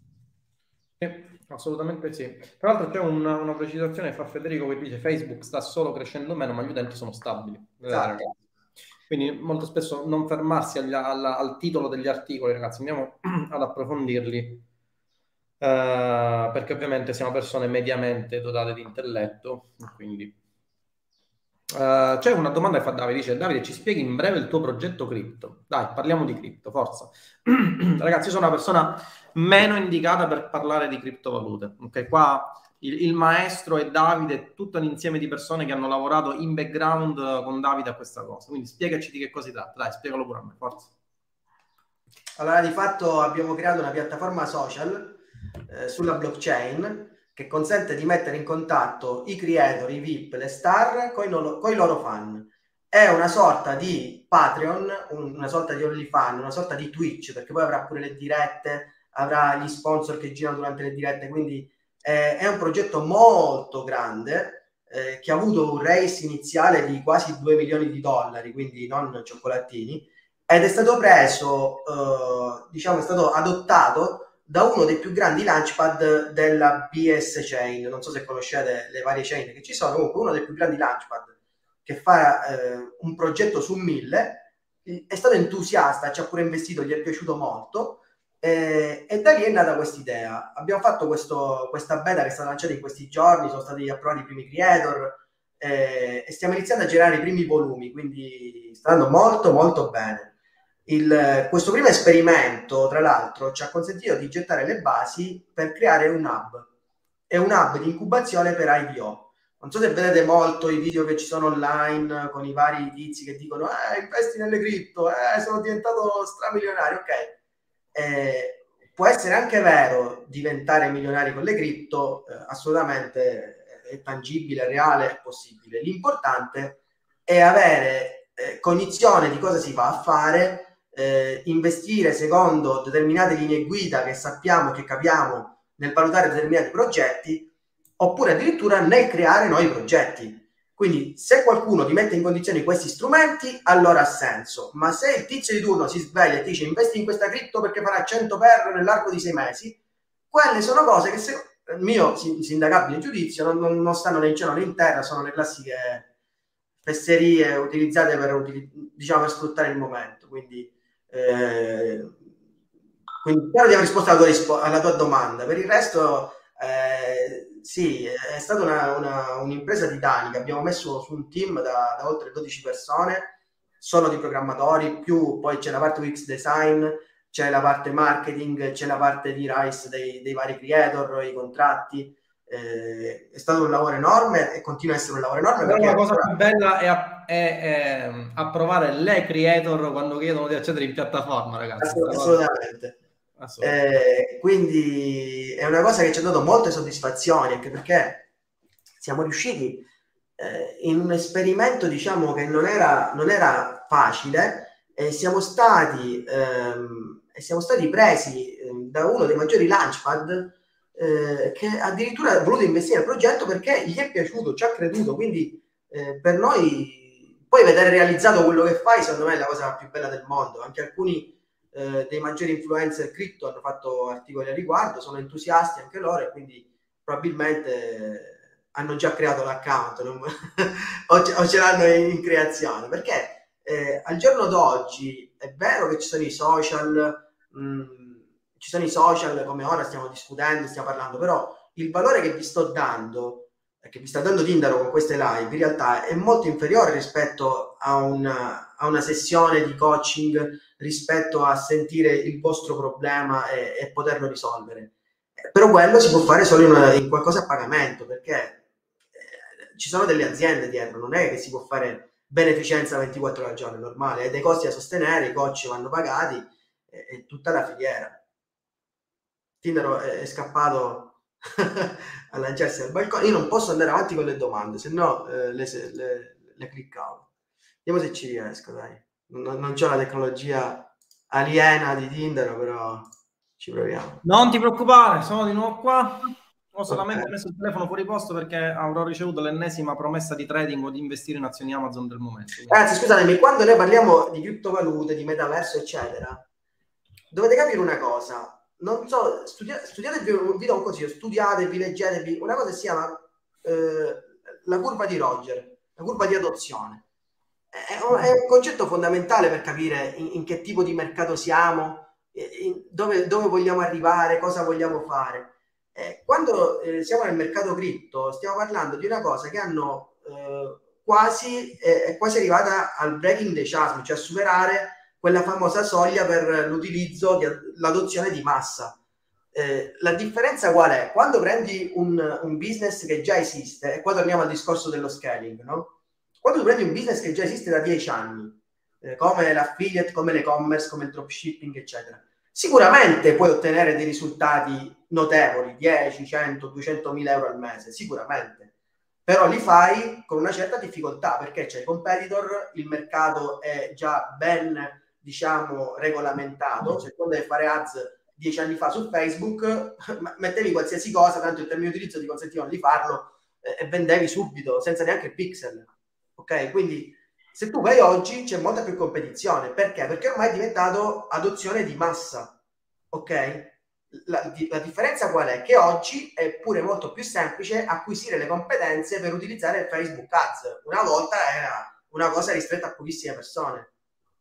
Sì, assolutamente sì. Tra l'altro c'è un, una precisazione che fa Federico che dice: Facebook sta solo crescendo meno, ma gli utenti sono stabili. Esatto. Quindi molto spesso non fermarsi agli, al, al titolo degli articoli, ragazzi, andiamo ad approfondirli. Uh, perché ovviamente siamo persone mediamente dotate di intelletto, quindi uh, c'è una domanda che fa Davide, dice: Davide, ci spieghi in breve il tuo progetto cripto? Dai, parliamo di cripto, forza. Ragazzi, io sono una persona meno indicata per parlare di criptovalute, ok? Qua il, il maestro è Davide, tutto un insieme di persone che hanno lavorato in background con Davide a questa cosa, quindi spiegaci di che cosa si tratta, dai, spiegalo pure a me, forza. Allora, di fatto abbiamo creato una piattaforma social eh, sulla blockchain che consente di mettere in contatto i creator, i V I P, le star con i loro, con i loro fan. È una sorta di Patreon, un, una sorta di OnlyFans, una sorta di Twitch, perché poi avrà pure le dirette, avrà gli sponsor che girano durante le dirette, quindi eh, è un progetto molto grande eh, che ha avuto un raise iniziale di quasi due milioni di dollari, quindi non cioccolatini, ed è stato preso, eh, diciamo, è stato adottato da uno dei più grandi launchpad della B S Chain. Non so se conoscete le varie chain che ci sono, comunque uno dei più grandi launchpad che fa eh, un progetto su mille è stato entusiasta, ci ha pure investito, gli è piaciuto molto, eh, e da lì è nata questa idea. Abbiamo fatto questo, questa beta che è stata lanciata in questi giorni, sono stati approvati i primi creator, eh, e stiamo iniziando a girare i primi volumi, quindi sta andando molto molto bene. Il, questo primo esperimento, tra l'altro, ci ha consentito di gettare le basi per creare un hub. È un hub di incubazione per I V O. Non so se vedete molto i video che ci sono online con i vari tizi che dicono eh, investi nelle cripto, eh, sono diventato stramilionario. Ok, eh, può essere anche vero diventare milionari con le cripto, eh, assolutamente è tangibile, è reale, è possibile. L'importante è avere eh, cognizione di cosa si va a fare, eh, investire secondo determinate linee guida che sappiamo, che capiamo nel valutare determinati progetti, oppure addirittura nel creare nuovi progetti. Quindi se qualcuno ti mette in condizioni questi strumenti, allora ha senso. Ma se il tizio di turno si sveglia e ti dice investi in questa cripto perché farà cento per nell'arco di sei mesi, quelle sono cose che, se il mio sindacabile giudizio, non, non, non stanno né in cielo né in terra, sono le classiche fesserie utilizzate per, diciamo, per sfruttare il momento. Quindi, eh, quindi spero di aver risposto alla tua, alla tua domanda. Per il resto, eh, sì, è stata una, una, un'impresa titanica. Abbiamo messo su un team da, da oltre dodici persone, solo di programmatori, più poi c'è la parte U X design, c'è la parte marketing, c'è la parte di Rice dei, dei vari creator, i contratti. Eh, è stato un lavoro enorme e continua a essere un lavoro enorme. Però perché la cosa più bella è, a, è, è approvare le creator quando chiedono di accedere in piattaforma, ragazzi. Assolutamente. Eh, quindi è una cosa che ci ha dato molte soddisfazioni, anche perché siamo riusciti eh, in un esperimento, diciamo, che non era, non era facile, e siamo stati ehm, e siamo stati presi eh, da uno dei maggiori launchpad, eh, che addirittura ha voluto investire nel progetto perché gli è piaciuto, ci ha creduto. Quindi eh, per noi poi vedere realizzato quello che fai, secondo me, è la cosa più bella del mondo. Anche alcuni Eh, dei maggiori influencer cripto hanno fatto articoli a riguardo, sono entusiasti anche loro, e quindi probabilmente hanno già creato l'account non... o, ce, o ce l'hanno in, in creazione, perché eh, al giorno d'oggi è vero che ci sono i social, mh, ci sono i social come ora stiamo discutendo, stiamo parlando, però il valore che vi sto dando, che vi sta dando Tindaro con queste live, in realtà è molto inferiore rispetto a una, a una sessione di coaching, rispetto a sentire il vostro problema e, e poterlo risolvere. Eh, però quello si può fare solo in, una, in qualcosa a pagamento, perché eh, ci sono delle aziende dietro, non è che si può fare beneficenza ventiquattro ore al giorno, è normale, hai dei costi da sostenere, i coach vanno pagati, e, e tutta la filiera. Tindaro è, è scappato a lanciarsi al balcone. Io non posso andare avanti con le domande, se no eh, le, le, le cliccavo. Vediamo se ci riesco, dai. Non, non c'ho la tecnologia aliena di Tinder, però ci proviamo. Non ti preoccupare, sono di nuovo qua. Ho solamente okay. messo il telefono fuori posto perché avrò ricevuto l'ennesima promessa di trading o di investire in azioni Amazon del momento. Quindi... Ragazzi, scusatemi, quando noi parliamo di criptovalute, di metaverso, eccetera, dovete capire una cosa. Non so, studia- studiatevi, vi do un consiglio, studiatevi, leggetevi una cosa che si chiama eh, la curva di Roger, la curva di adozione. È un, è un concetto fondamentale per capire in, in che tipo di mercato siamo, in, dove, dove vogliamo arrivare, cosa vogliamo fare. Eh, quando eh, siamo nel mercato cripto, stiamo parlando di una cosa che hanno eh, quasi, eh, è quasi arrivata al breaking the chasm, cioè a superare quella famosa soglia per l'utilizzo, di, l'adozione di massa. Eh, la differenza qual è? Quando prendi un, un business che già esiste, e qua torniamo al discorso dello scaling, no? Quando tu prendi un business che già esiste da dieci anni, eh, come l'affiliate, come l'e-commerce, come il dropshipping, eccetera, sicuramente puoi ottenere dei risultati notevoli, dieci, cento, duecentomila euro al mese, sicuramente. Però li fai con una certa difficoltà, perché c'è i competitor, il mercato è già ben, diciamo, regolamentato. Se tu devi fare ads dieci anni fa su Facebook, mettevi qualsiasi cosa, tanto il termine di utilizzo ti consentivano di farlo, eh, e vendevi subito, senza neanche il pixel. Ok? Quindi se tu vai oggi c'è molta più competizione. Perché? Perché ormai è diventato adozione di massa. Ok? La, la differenza qual è? Che oggi è pure molto più semplice acquisire le competenze per utilizzare Facebook Ads. Una volta era una cosa ristretta a pochissime persone.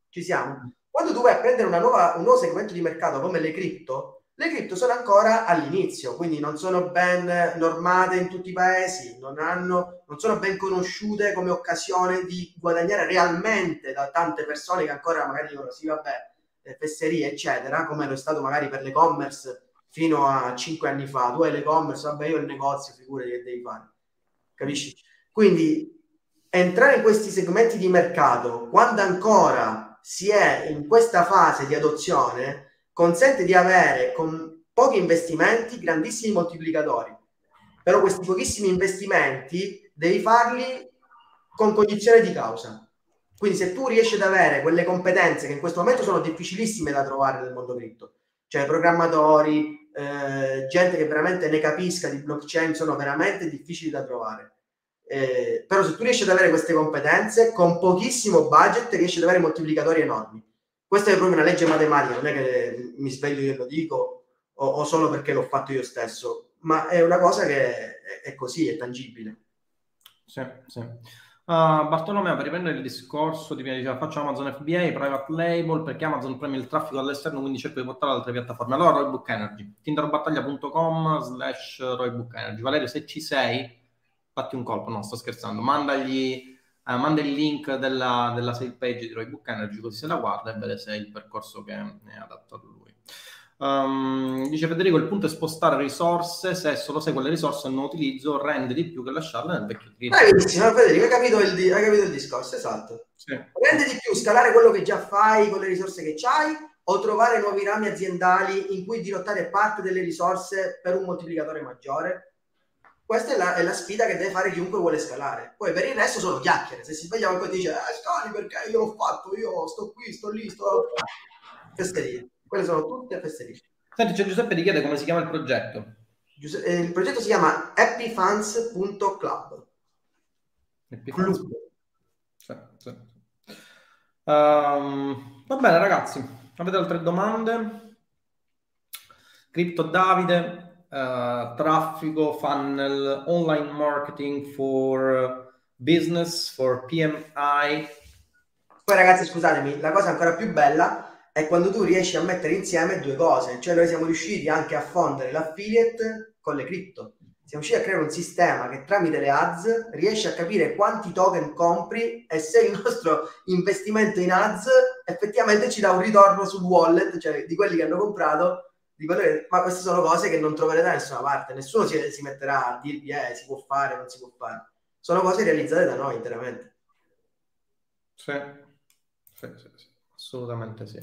Ci siamo. Quando tu vai a prendere una nuova, un nuovo segmento di mercato come le cripto, le cripto sono ancora all'inizio, quindi non sono ben normate in tutti i paesi, non, hanno, non sono ben conosciute come occasione di guadagnare realmente da tante persone che ancora magari dicono sì vabbè, fesserie eccetera, come lo è stato magari per l'e-commerce fino a cinque anni fa. Tu hai l'e-commerce, vabbè io ho il negozio, figurati che devi fare, capisci? Quindi entrare in questi segmenti di mercato quando ancora si è in questa fase di adozione consente di avere con pochi investimenti grandissimi moltiplicatori. Però questi pochissimi investimenti devi farli con cognizione di causa. Quindi se tu riesci ad avere quelle competenze che in questo momento sono difficilissime da trovare nel mondo cripto, cioè programmatori, eh, gente che veramente ne capisca di blockchain, sono veramente difficili da trovare. Eh, però se tu riesci ad avere queste competenze con pochissimo budget riesci ad avere moltiplicatori enormi. Questa è proprio una legge matematica, non è che mi sveglio io e lo dico o, o solo perché l'ho fatto io stesso, ma è una cosa che è, è così, è tangibile. Sì, sì. Uh, Bartolomeo, per riprendere il discorso di prima, diceva faccio Amazon F B A, private label, perché Amazon premia il traffico dall'esterno, quindi cerco di portare ad altre piattaforme. Allora Roybook Energy, tinderobattaglia punto com slash Roybook Energy. Valerio, se ci sei, fatti un colpo, no, sto scherzando, mandagli, uh, manda il link della, della sale page di Roybook Energy, così se la guarda e vede se è il percorso che è adatto a lui. Um, dice Federico, il punto è spostare risorse, se solo se quelle risorse hanno utilizzo rende di più che lasciarle nel vecchio utilizzo. Bravissimo Federico, hai capito il, hai capito il discorso, esatto. Sì. Rende di più scalare quello che già fai con le risorse che hai o trovare nuovi rami aziendali in cui dirottare parte delle risorse per un moltiplicatore maggiore. Questa è la, è la sfida che deve fare chiunque vuole scalare. Poi per il resto sono chiacchiere. Se si sveglia qualcuno e dice eh, scali perché io l'ho fatto, io sto qui, sto lì, sto... Fesserie. Quelle sono tutte fesserie. Senti, c'è Giuseppe ti chiede come si chiama il progetto. Giuseppe, eh, il progetto si chiama happy fans punto club. Happy Fans. Sì, sì. Um, va bene ragazzi, avete altre domande? Crypto Davide, uh, traffico, funnel, online marketing for business, for P M I. Poi ragazzi scusatemi, la cosa ancora più bella è quando tu riesci a mettere insieme due cose, cioè noi siamo riusciti anche a fondere l'affiliate con le cripto, siamo riusciti a creare un sistema che tramite le ads riesce a capire quanti token compri e se il nostro investimento in ads effettivamente ci dà un ritorno sul wallet, cioè di quelli che hanno comprato, di quelli, ma queste sono cose che non troverete da nessuna parte, nessuno si, si metterà a dirvi eh, si può fare, non si può fare, sono cose realizzate da noi interamente. Sì, sì, sì, sì. Assolutamente sì.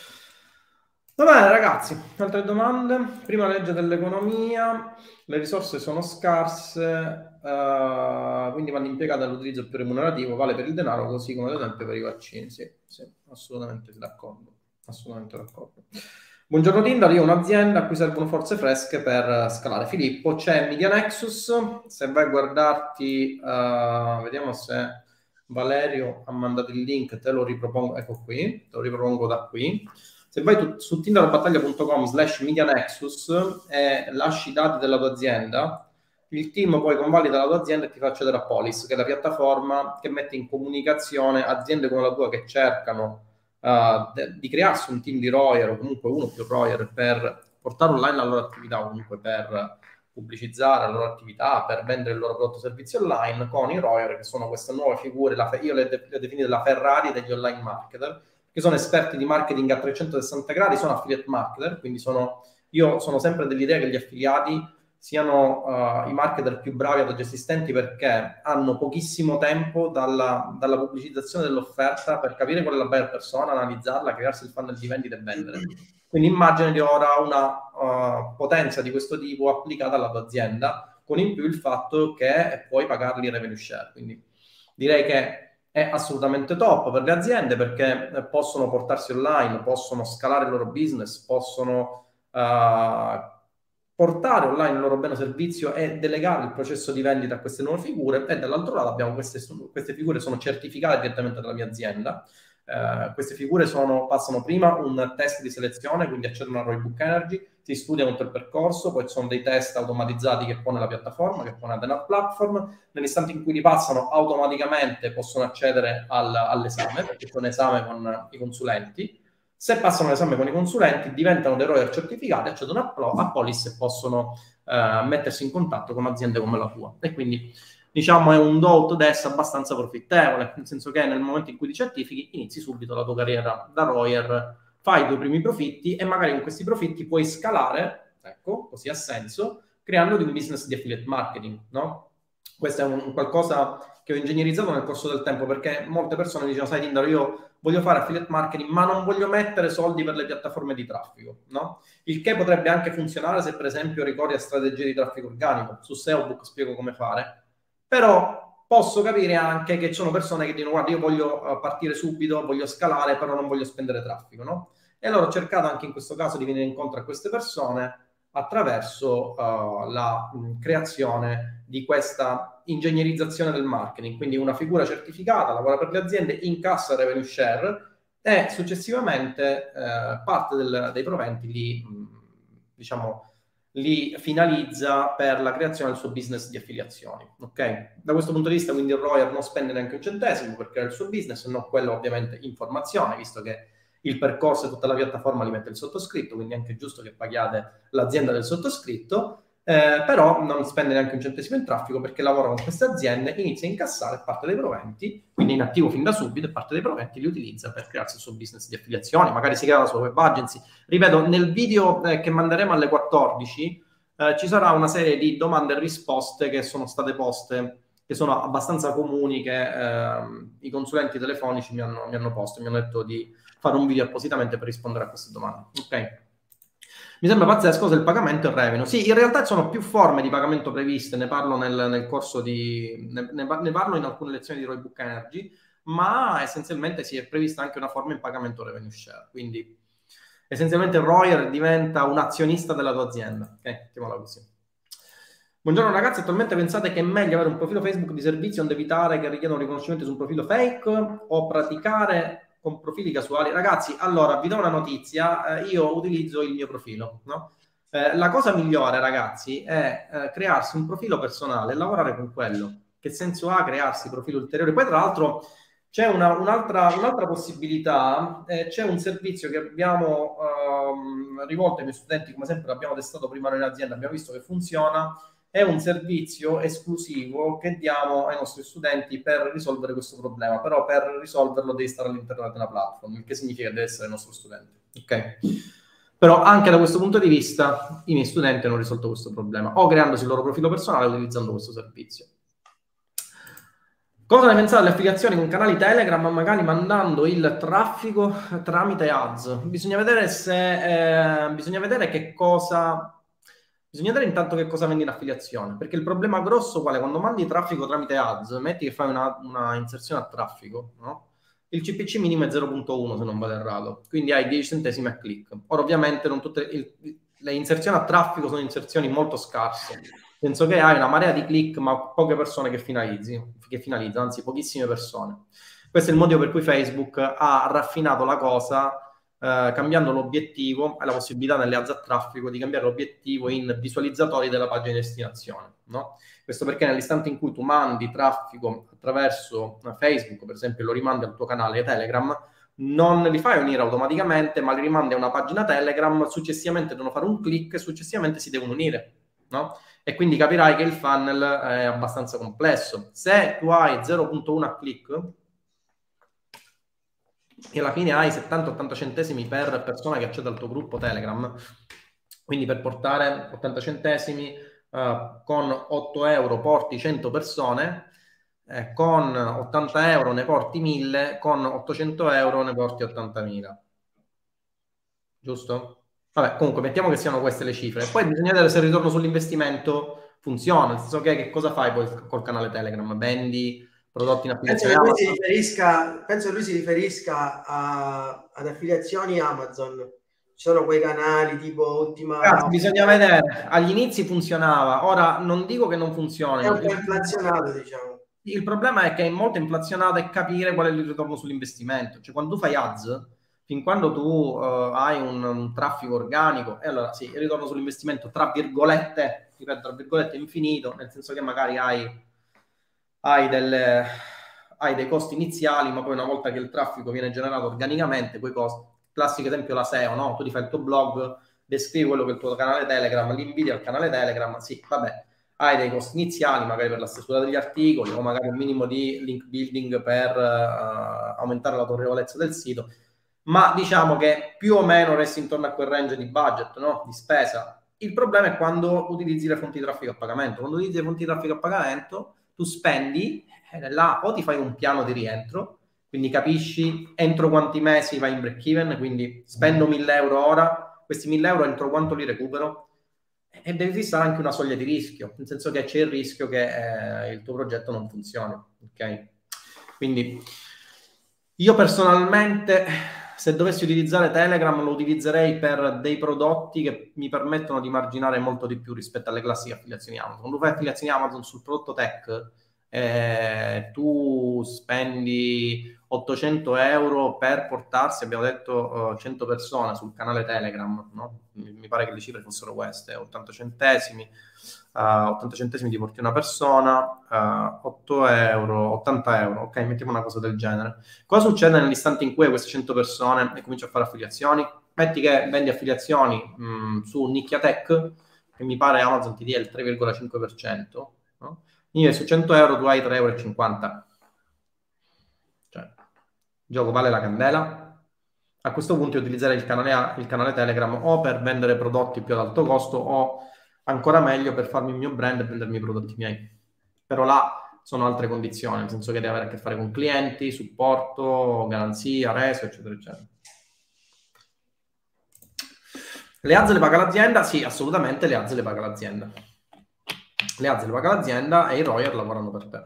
Va bene ragazzi, altre domande? Prima legge dell'economia, le risorse sono scarse, uh, quindi vanno impiegate all'utilizzo più remunerativo, vale per il denaro così come ad esempio per i vaccini. Sì, sì, assolutamente d'accordo, assolutamente d'accordo. Buongiorno Tindal, io ho un'azienda a cui servono forze fresche per scalare. Filippo, c'è Media Nexus, se vai a guardarti, uh, vediamo se Valerio ha mandato il link, te lo ripropongo, ecco qui, te lo ripropongo da qui. Se vai tu, su tinderobattaglia punto com slash media nexus e lasci i dati della tua azienda, il team poi convalida la tua azienda e ti fa accedere a Polis, che è la piattaforma che mette in comunicazione aziende come la tua che cercano uh, de- di crearsi un team di Royer o comunque uno o più Royer per portare online la loro attività, comunque per pubblicizzare la loro attività, per vendere il loro prodotto o servizio online, con i Royer, che sono queste nuove figure, la, io le, le ho definite la Ferrari degli online marketer, che sono esperti di marketing a trecentosessanta gradi, sono affiliate marketer, quindi sono, io sono sempre dell'idea che gli affiliati siano uh, i marketer più bravi ad oggi esistenti, perché hanno pochissimo tempo dalla, dalla pubblicizzazione dell'offerta per capire qual è la buyer persona, analizzarla, crearsi il funnel di vendita e vendere. Quindi immagini ora una uh, potenza di questo tipo applicata alla tua azienda, con in più il fatto che puoi pagarli revenue share. Quindi direi che è assolutamente top per le aziende, perché possono portarsi online, possono scalare il loro business, possono uh, portare online il loro bene o servizio e delegare il processo di vendita a queste nuove figure, e dall'altro lato abbiamo queste, queste figure sono certificate direttamente dalla mia azienda, Uh, queste figure sono, passano prima un test di selezione, quindi accedono a Roybook Energy, si studia tutto il percorso, poi ci sono dei test automatizzati che pone la piattaforma, che pone Athena Platform. Nell'istante in cui li passano, automaticamente possono accedere al, all'esame, perché c'è un esame con i consulenti. Se passano l'esame con i consulenti, diventano dei royer certificati, accedono a, a Polis e possono uh, mettersi in contatto con aziende come la tua. E quindi, diciamo, è un do out des abbastanza profittevole, nel senso che nel momento in cui ti certifichi inizi subito la tua carriera da royer, fai i tuoi primi profitti e magari con questi profitti puoi scalare, ecco, così ha senso, creando un business di affiliate marketing, no? Questo è un qualcosa che ho ingegnerizzato nel corso del tempo, perché molte persone mi dicono, sai Tindaro, io voglio fare affiliate marketing, ma non voglio mettere soldi per le piattaforme di traffico, no? Il che potrebbe anche funzionare se per esempio ricorri a strategie di traffico organico. Su S E O Book spiego come fare. Però posso capire anche che ci sono persone che dicono, guarda, io voglio partire subito, voglio scalare, però non voglio spendere traffico, no? E allora ho cercato anche in questo caso di venire incontro a queste persone attraverso uh, la mh, creazione di questa ingegnerizzazione del marketing, quindi una figura certificata, lavora per le aziende, incassa revenue share e successivamente uh, parte del, dei proventi li, mh, diciamo, li finalizza per la creazione del suo business di affiliazioni, ok? Da questo punto di vista, quindi il royer non spende neanche un centesimo per creare il suo business, non quello ovviamente informazione, visto che il percorso e tutta la piattaforma li mette il sottoscritto, quindi è anche giusto che paghiate l'azienda del sottoscritto, eh, però non spende neanche un centesimo in traffico perché lavora con queste aziende, inizia a incassare parte dei proventi, quindi in attivo fin da subito, e parte dei proventi li utilizza per crearsi il suo business di affiliazioni, magari si crea la sua web agency. Ripeto, nel video eh, che manderemo alle quattordici eh, ci sarà una serie di domande e risposte che sono state poste, che sono abbastanza comuni, che eh, i consulenti telefonici mi hanno, mi hanno posto, mi hanno detto di fare un video appositamente per rispondere a queste domande. Ok? Mi sembra pazzesco se il pagamento è revenue. Sì, in realtà ci sono più forme di pagamento previste, ne parlo nel, nel corso di... Ne, ne parlo in alcune lezioni di Roybook Energy, ma essenzialmente sì, è prevista anche una forma in pagamento revenue share. Quindi essenzialmente il royer diventa un azionista della tua azienda. Ok? Mettiamola così. Buongiorno ragazzi, attualmente pensate che è meglio avere un profilo Facebook di servizio onde evitare che richiedono riconoscimento su un profilo fake o praticare con profili casuali? Ragazzi, allora vi do una notizia, eh, io utilizzo il mio profilo, no? Eh, la cosa migliore, ragazzi, è eh, crearsi un profilo personale e lavorare con quello. Che senso ha crearsi profili ulteriori? Poi tra l'altro c'è una, un'altra, un'altra possibilità, eh, c'è un servizio che abbiamo ehm, rivolto ai miei studenti, come sempre l'abbiamo testato prima noi in azienda, abbiamo visto che funziona. È un servizio esclusivo che diamo ai nostri studenti per risolvere questo problema, però per risolverlo devi stare all'interno di una platform, il che significa che deve essere il nostro studente, ok? Però anche da questo punto di vista i miei studenti hanno risolto questo problema, o creandosi il loro profilo personale o utilizzando questo servizio. Cosa ne pensate delle affiliazioni con canali Telegram, magari mandando il traffico tramite ads? Bisogna vedere se eh, bisogna vedere che cosa... Bisogna vedere intanto che cosa vendi in affiliazione, perché il problema grosso qual è? Quando mandi traffico tramite ads, metti che fai una, una inserzione a traffico, no? Il C P C minimo è zero virgola uno se non vado errato, quindi hai dieci centesimi a click. Ora ovviamente non tutte il, le inserzioni a traffico sono inserzioni molto scarse, penso che hai una marea di click ma poche persone che finalizzi, che finalizzano, anzi pochissime persone. Questo è il motivo per cui Facebook ha raffinato la cosa, Uh, cambiando l'obiettivo, hai la possibilità nelle ads a traffico di cambiare l'obiettivo in visualizzatori della pagina di destinazione, no? Questo perché nell'istante in cui tu mandi traffico attraverso Facebook, per esempio, lo rimandi al tuo canale Telegram, non li fai unire automaticamente, ma li rimandi a una pagina Telegram, successivamente devono fare un click e successivamente si devono unire, no? E quindi capirai che il funnel è abbastanza complesso. Se tu hai zero virgola uno a click, e alla fine hai settanta ottanta centesimi per persona che accede al tuo gruppo Telegram, quindi per portare ottanta centesimi uh, con otto euro porti cento persone, eh, con ottanta euro ne porti mille, con ottocento euro ne porti ottantamila, giusto? Vabbè, comunque mettiamo che siano queste le cifre, poi bisogna vedere se il ritorno sull'investimento funziona, nel senso che, che cosa fai poi col canale Telegram? Vendi prodotti in affiliazione? Penso che lui si riferisca, penso che lui si riferisca a, ad affiliazioni Amazon. Ci sono quei canali tipo Ultima... Ragazzi, bisogna vedere, agli inizi funzionava, ora non dico che non funzioni. È un po' inflazionato, diciamo. Il problema è che è molto inflazionato e capire qual è il ritorno sull'investimento. Cioè, quando tu fai ads, fin quando tu uh, hai un, un traffico organico, e allora sì, il ritorno sull'investimento, tra virgolette, ripeto, tra virgolette, infinito, nel senso che magari hai, hai, delle, hai dei costi iniziali, ma poi una volta che il traffico viene generato organicamente, quei costi, classico esempio la S E O, no? Tu ti fai il tuo blog, descrivi quello che è il tuo canale Telegram, li inviti al canale Telegram, sì, vabbè, hai dei costi iniziali, magari per la stesura degli articoli o magari un minimo di link building per uh, aumentare l'autorevolezza del sito, ma diciamo che più o meno resti intorno a quel range di budget, no? Di spesa. Il problema è quando utilizzi le fonti di traffico a pagamento. Quando utilizzi le fonti di traffico a pagamento, tu spendi, e là o ti fai un piano di rientro, quindi capisci entro quanti mesi vai in break even, quindi spendo mille euro ora, questi mille euro entro quanto li recupero, e devi fissare anche una soglia di rischio, nel senso che c'è il rischio che eh, il tuo progetto non funzioni, ok? Quindi io personalmente, se dovessi utilizzare Telegram, lo utilizzerei per dei prodotti che mi permettono di marginare molto di più rispetto alle classiche affiliazioni Amazon. Quando fai affiliazioni Amazon sul prodotto tech, eh, tu spendi ottocento euro per portarsi, abbiamo detto, uh, cento persone sul canale Telegram, no? Mi pare che le cifre fossero queste, ottanta centesimi, uh, ottanta centesimi ti porti una persona, uh, otto euro, ottanta euro, ok, mettiamo una cosa del genere. Cosa succede nell'istante in cui hai queste cento persone e cominci a fare affiliazioni? Metti che vendi affiliazioni mh, su Nicchia Tech, che mi pare Amazon ti dia il tre virgola cinque per cento, no? Quindi su cento euro tu hai tre virgola cinquanta euro. Cioè, il gioco vale la candela. A questo punto utilizzerei il canale, il canale Telegram o per vendere prodotti più ad alto costo o ancora meglio per farmi il mio brand e vendermi i prodotti miei. Però là sono altre condizioni, nel senso che devi avere a che fare con clienti, supporto, garanzia, reso, eccetera, eccetera. Le ads le paga l'azienda? Sì, assolutamente le ads le paga l'azienda. Le ads le paga l'azienda e i royer lavorano per te.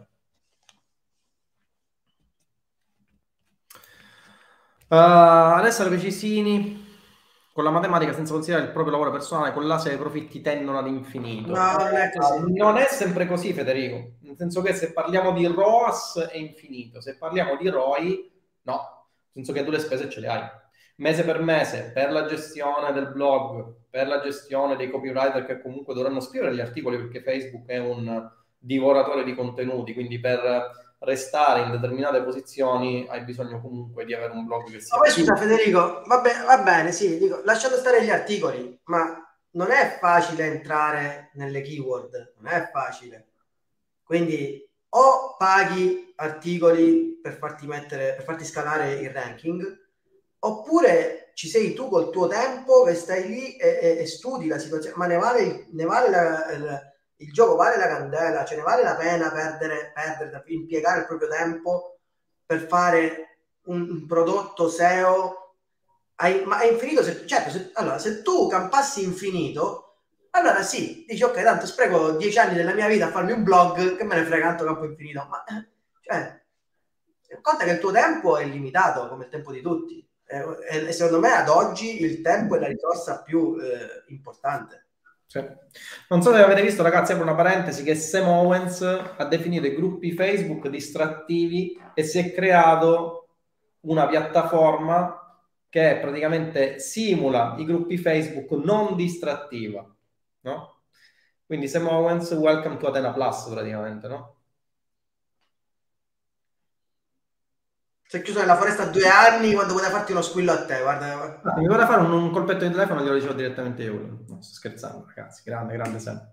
Uh, adesso le precisini, con la matematica senza considerare il proprio lavoro personale, con l'ase dei profitti tendono all'infinito. No, non è così. Non è sempre così, Federico, nel senso che se parliamo di R O A S è infinito, se parliamo di R O I no, nel senso che tu le spese ce le hai mese per mese per la gestione del blog, per la gestione dei copywriter che comunque dovranno scrivere gli articoli, perché Facebook è un divoratore di contenuti, quindi per restare in determinate posizioni hai bisogno comunque di avere un blog che sia... Ma poi scusa Federico, va, be- va bene, sì, dico, lasciando stare gli articoli, ma non è facile entrare nelle keyword, non è facile. Quindi o paghi articoli per farti mettere, per farti scalare il ranking, oppure ci sei tu col tuo tempo che stai lì e, e, e studi la situazione, ma ne vale, ne vale la, il, il gioco, vale la candela, ce ne vale la pena perdere, perdere, impiegare il proprio tempo per fare un, un prodotto S E O, hai, ma è infinito, se, certo, se, allora, se tu campassi infinito, allora sì, dici ok, tanto spreco dieci anni della mia vita a farmi un blog, che me ne frega tanto campo infinito, ma cioè, conta che il tuo tempo è limitato come il tempo di tutti. E secondo me ad oggi il tempo è la risorsa più eh, importante. Sì. Non so se avete visto, ragazzi, apro una parentesi, che Sam Owens ha definito i gruppi Facebook distrattivi e si è creato una piattaforma che praticamente simula i gruppi Facebook non distrattiva, no? Quindi Sam Owens, welcome to Atena Plus praticamente, no? Si è chiuso nella foresta due anni quando poteva farti uno squillo a te, guarda. guarda. Ah, mi vorrei fare un, un colpetto di telefono, glielo dicevo direttamente io. No, sto scherzando, ragazzi, grande, grande sempre.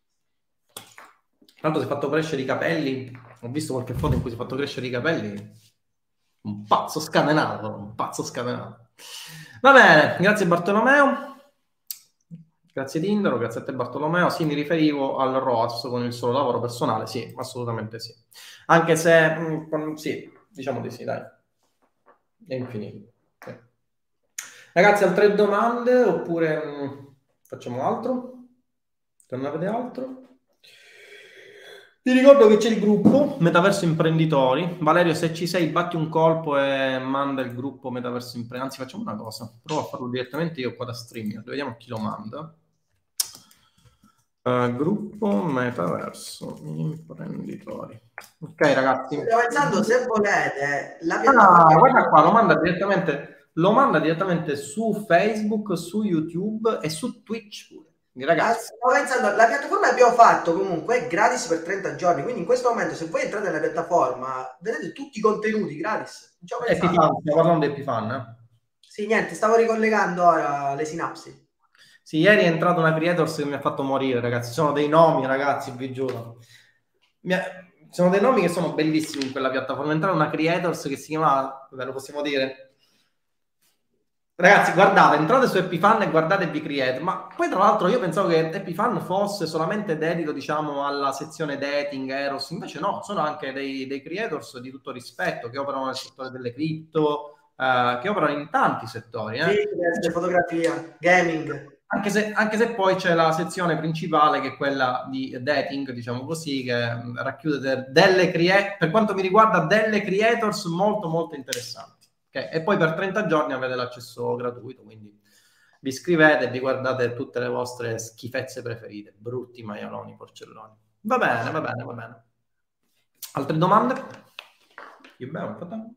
Tra l'altro si è fatto crescere i capelli, ho visto qualche foto in cui si è fatto crescere i capelli, un pazzo scatenato, un pazzo scatenato. Va bene, grazie Bartolomeo, grazie Tindaro, grazie a te Bartolomeo. Sì, mi riferivo al R O A S con il solo lavoro personale, sì, assolutamente sì. Anche se, mh, sì, diciamo di sì, dai, è infinito. Sì. Ragazzi, altre domande oppure mh, facciamo altro? Tornate altro? Vi ricordo che c'è il gruppo Metaverso Imprenditori. Valerio, se ci sei, batti un colpo e manda il gruppo Metaverso Imprenditori. Anzi, facciamo una cosa. Provo a farlo direttamente io qua da StreamYard. Vediamo chi lo manda. Uh, gruppo Metaverso imprenditori. Ok, ragazzi. Sto pensando, se volete, la Ah, piattaforma... guarda qua, lo manda direttamente, lo manda direttamente su Facebook, su YouTube e su Twitch pure. Quindi, Ah, ragazzi, stavo pensando, la piattaforma che abbiamo fatto comunque è gratis per trenta giorni, quindi in questo momento se voi entrate nella piattaforma vedete tutti i contenuti gratis. Non ci ho pensato. Epifan, stiamo parlando di Epifan, eh? Sì, niente, stavo ricollegando ora le sinapsi. Sì, ieri è entrata una creators che mi ha fatto morire, ragazzi. Sono dei nomi, ragazzi, vi giuro. Mi ha... Sono dei nomi che sono bellissimi in quella piattaforma. È entrata una creators che si chiama, ve lo possiamo dire. Ragazzi, guardate, entrate su Epifan e guardatevi Create, ma poi tra l'altro io pensavo che Epifan fosse solamente dedito, diciamo, alla sezione dating, Eros, invece no, sono anche dei, dei creators di tutto rispetto, che operano nel settore delle cripto, eh, che operano in tanti settori. Eh. Fitness, fotografia, gaming. Anche se, anche se poi c'è la sezione principale che è quella di dating, diciamo così, che mh, racchiude de- delle crea- per quanto mi riguarda delle creators molto molto interessanti. Okay? E poi per trenta giorni avete l'accesso gratuito, quindi vi iscrivete e vi guardate tutte le vostre schifezze preferite, brutti maialoni, porcelloni. Va bene, va bene, va bene. Altre domande? Io bevo un po' tempo.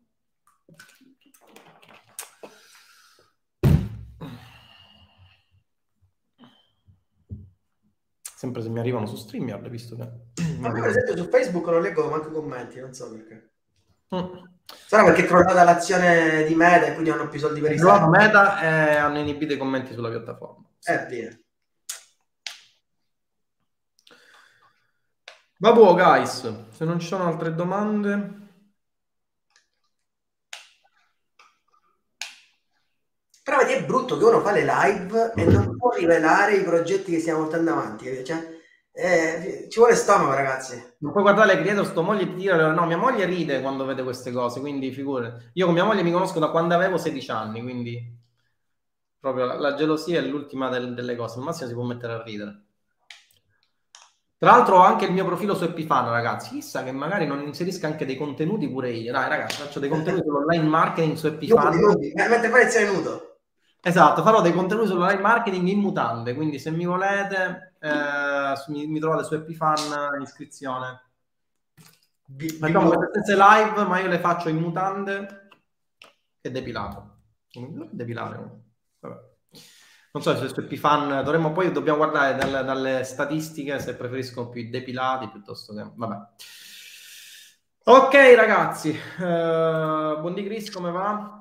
Sempre se mi arrivano su StreamYard, visto che... Ma io per esempio su Facebook non leggo manco commenti, non so perché. Mm. Sarà perché è crollata l'azione di Meta e quindi hanno più soldi per i Trovato server. Meta e hanno inibito i commenti sulla piattaforma. Sì. Eh, via. Vabbè, guys, se non ci sono altre domande... Però vedi, è brutto che uno fa le live e non può rivelare i progetti che stiamo portando avanti. Cioè, eh, ci vuole stomaco, ragazzi. Non puoi guardare le creator, sto moglie ti tira... No, mia moglie ride quando vede queste cose, quindi figurati. Io con mia moglie mi conosco da quando avevo sedici anni, quindi... Proprio la, la gelosia è l'ultima del, delle cose. Al massimo si può mettere a ridere. Tra l'altro ho anche il mio profilo su Epifan, ragazzi. Chissà che magari non inserisca anche dei contenuti pure io. Dai, ragazzi, faccio dei contenuti sull'online marketing su Epifan. Nudi, nudi. Mentre fai il sei nudo. Esatto, farò dei contenuti sull'online marketing in mutande, quindi se mi volete eh, mi, mi trovate su Epifan iscrizione. Bi- Facciamo bimbo. queste stesse live, ma io le faccio in mutande e depilato. Depilare. Vabbè. Non so se su Epifan dovremmo poi dobbiamo guardare dalle, dalle statistiche se preferiscono più i depilati piuttosto che... Vabbè. Ok ragazzi, uh, buondì Chris, come va?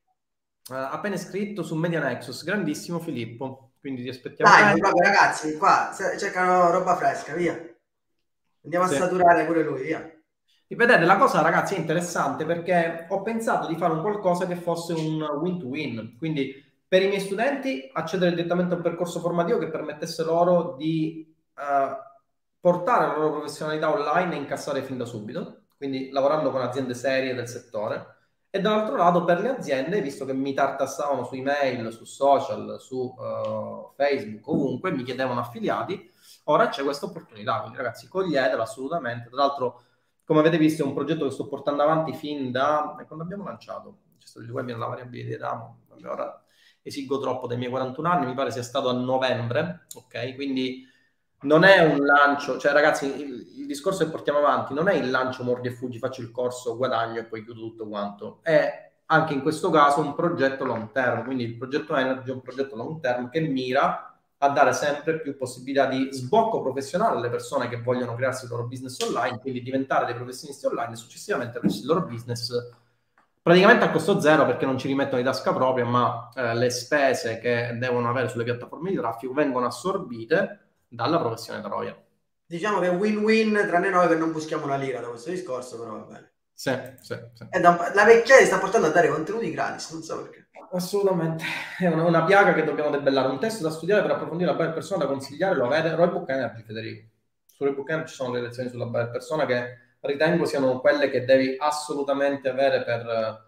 Uh, appena iscritto su Media Nexus, grandissimo Filippo, quindi ti aspettiamo. Dai, proprio ragazzi, qua cercano roba fresca, via. Andiamo sì. a saturare pure lui, via. E vedete, la cosa ragazzi è interessante perché ho pensato di fare un qualcosa che fosse un win-to-win, quindi per i miei studenti accedere direttamente a un percorso formativo che permettesse loro di uh, portare la loro professionalità online e incassare fin da subito, quindi lavorando con aziende serie del settore, e dall'altro lato per le aziende, visto che mi tartassavano su email, su social, su uh, Facebook, ovunque, mi chiedevano affiliati, ora c'è questa opportunità, quindi ragazzi coglietela assolutamente. Tra l'altro, come avete visto, è un progetto che sto portando avanti fin da... quando abbiamo lanciato? C'è stato il webinar, la variabilità, ora esigo troppo dai miei quarantuno anni, mi pare sia stato a novembre, ok? Quindi non è un lancio, cioè ragazzi, il, il discorso che portiamo avanti non è il lancio mordi e fuggi, faccio il corso, guadagno e poi chiudo tutto quanto, è anche in questo caso un progetto long term, quindi il progetto Energy è un progetto long term che mira a dare sempre più possibilità di sbocco professionale alle persone che vogliono crearsi il loro business online, quindi diventare dei professionisti online e successivamente aprirsi il loro business praticamente a costo zero perché non ci rimettono di tasca propria, ma eh, le spese che devono avere sulle piattaforme di traffico vengono assorbite dalla professione Troia. Diciamo che è win-win, tranne noi che non buschiamo una lira da questo discorso, però va bene. Sì, sì, sì. E da, la vecchia sta portando a dare contenuti gratis, non so perché. Assolutamente, è una, una piaga che dobbiamo debellare. Un testo da studiare per approfondire la buyer persona da consigliare lo avete Roybook Energy, Federico. Su Roybook Energy ci sono le lezioni sulla buyer persona che ritengo siano quelle che devi assolutamente avere per,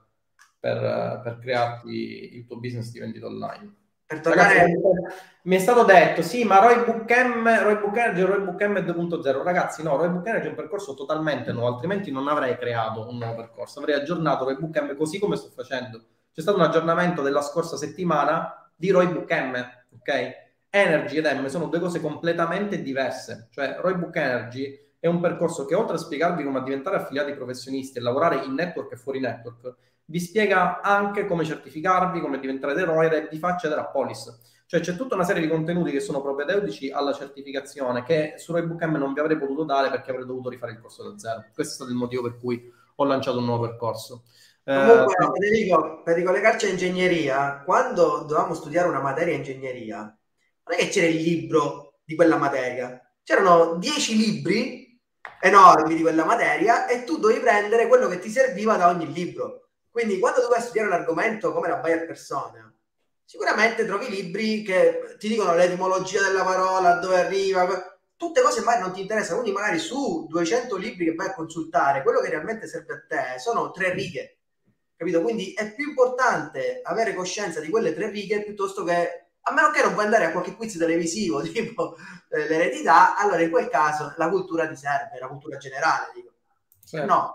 per, per crearti il tuo business di vendita online. Per tornare... Ragazzi, mi è stato detto, sì, ma Roybook M, Roybook Energy, Roybook M due punto zero. Ragazzi, no, Roybook Energy è un percorso totalmente nuovo, altrimenti non avrei creato un nuovo percorso. Avrei aggiornato Roybook M così come sto facendo. C'è stato un aggiornamento della scorsa settimana di Roybook M, ok? Energy ed M sono due cose completamente diverse. Cioè Roybook Energy è un percorso che, oltre a spiegarvi come diventare affiliati professionisti e lavorare in network e fuori network, vi spiega anche come certificarvi, come diventare dei royer e vi fa accedere a Polis. Cioè c'è tutta una serie di contenuti che sono propedeutici alla certificazione che su Roybook M non vi avrei potuto dare perché avrei dovuto rifare il corso da zero. Questo è stato il motivo per cui ho lanciato un nuovo percorso. Comunque, Eh, Federico, per ricollegarci a ingegneria, quando dovevamo studiare una materia ingegneria, non è che c'era il libro di quella materia, c'erano dieci libri enormi di quella materia e tu dovevi prendere quello che ti serviva da ogni libro. Quindi quando tu vai a studiare un argomento come la buyer persona, sicuramente trovi libri che ti dicono l'etimologia della parola, dove arriva, tutte cose magari non ti interessano, quindi magari su duecento libri che vai a consultare, quello che realmente serve a te sono tre righe. Capito? Quindi è più importante avere coscienza di quelle tre righe piuttosto che, a meno che non puoi andare a qualche quiz televisivo tipo eh, l'eredità, allora in quel caso la cultura ti serve, la cultura generale, dico. certo. No.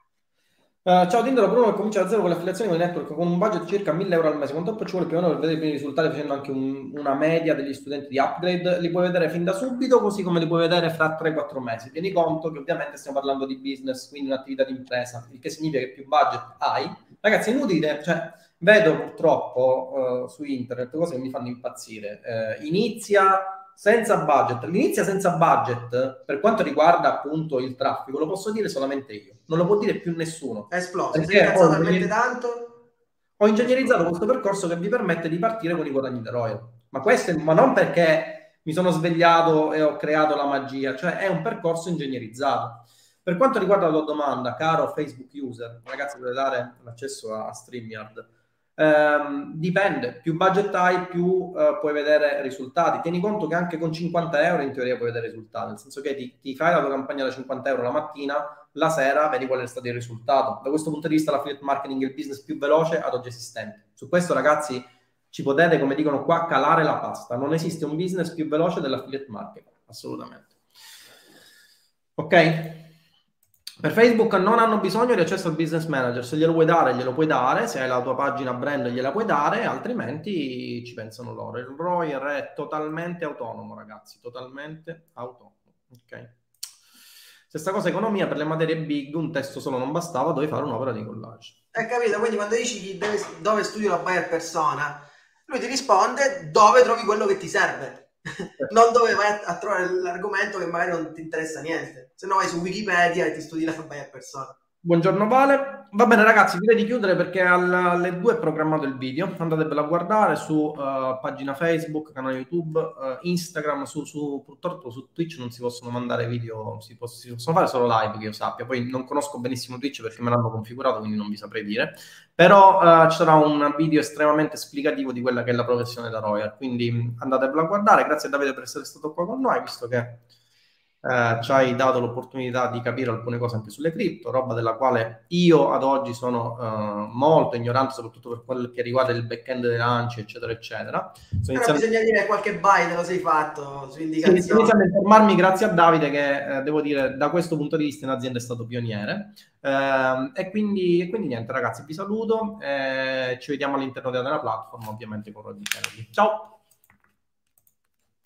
Uh, ciao Tindaro, Bruno, che comincia da zero con le affiliazioni con il network con un budget di circa mille euro al mese. Quanto ci vuole più o meno per vedere i primi risultati, facendo anche un, una media degli studenti di upgrade? Li puoi vedere fin da subito, così come li puoi vedere fra tre quattro mesi. Tieni conto che ovviamente stiamo parlando di business, quindi un'attività di impresa, il che significa che più budget hai. Ragazzi, è inutile, cioè, vedo purtroppo uh, su internet cose che mi fanno impazzire. Uh, inizia senza budget. L'inizia senza budget, per quanto riguarda appunto il traffico, lo posso dire solamente io, non lo può dire più nessuno. È esploso, sei Perché incazzato ho, talmente ingegner- tanto. ho ingegnerizzato questo percorso che vi permette di partire con i guadagni da Royal. Ma questo è, ma non perché mi sono svegliato e ho creato la magia, cioè è un percorso ingegnerizzato. Per quanto riguarda la tua domanda, caro Facebook user, ragazzi, dovete dare l'accesso a, a StreamYard. Ehm, dipende, più budget hai, più eh, puoi vedere risultati. Tieni conto che anche con cinquanta euro in teoria puoi vedere risultati, nel senso che ti, ti fai la tua campagna da cinquanta euro la mattina, la sera vedi qual è stato il risultato. Da questo punto di vista l'affiliate marketing è il business più veloce ad oggi esistente. Su questo, ragazzi, ci potete, come dicono qua, calare la pasta. Non esiste un business più veloce dell'affiliate marketing, assolutamente. Ok? Per Facebook non hanno bisogno di accesso al business manager, se glielo vuoi dare, glielo puoi dare, se hai la tua pagina brand gliela puoi dare, altrimenti ci pensano loro. Il Royer è totalmente autonomo, ragazzi, totalmente autonomo. Ok? Stessa cosa economia, per le materie big un testo solo non bastava, dovevi fare un'opera di collage. Hai capito? Quindi quando dici dove, dove studio la buyer persona, lui ti risponde dove trovi quello che ti serve. Non dove vai a, a trovare l'argomento che magari non ti interessa niente. Se no vai su Wikipedia e ti studi la buyer persona. Buongiorno Vale. Va bene ragazzi, direi di chiudere perché alle due è programmato il video. Andatevelo a guardare su uh, pagina Facebook, canale YouTube, uh, Instagram, su, su, purtroppo su Twitch non si possono mandare video, si, poss- si possono fare solo live che io sappia. Poi non conosco benissimo Twitch perché me l'hanno configurato, quindi non vi saprei dire. Però uh, ci sarà un video estremamente esplicativo di quella che è la professione da Royer. Quindi andatevelo a guardare. Grazie a Davide per essere stato qua con noi, visto che Eh, ci hai dato l'opportunità di capire alcune cose anche sulle cripto, roba della quale io ad oggi sono uh, molto ignorante, soprattutto per quello che riguarda il back-end dei lanci, eccetera, eccetera. Sono Però iniziando... bisogna dire qualche byte te lo sei fatto su Sì, indicazione. sto iniziando a informarmi grazie a Davide che, eh, devo dire, da questo punto di vista in azienda è stato pioniere. Eh, e, quindi, e quindi niente, ragazzi, vi saluto. Eh, ci vediamo all'interno della platform, ovviamente con Rodney Kennedy. Ciao!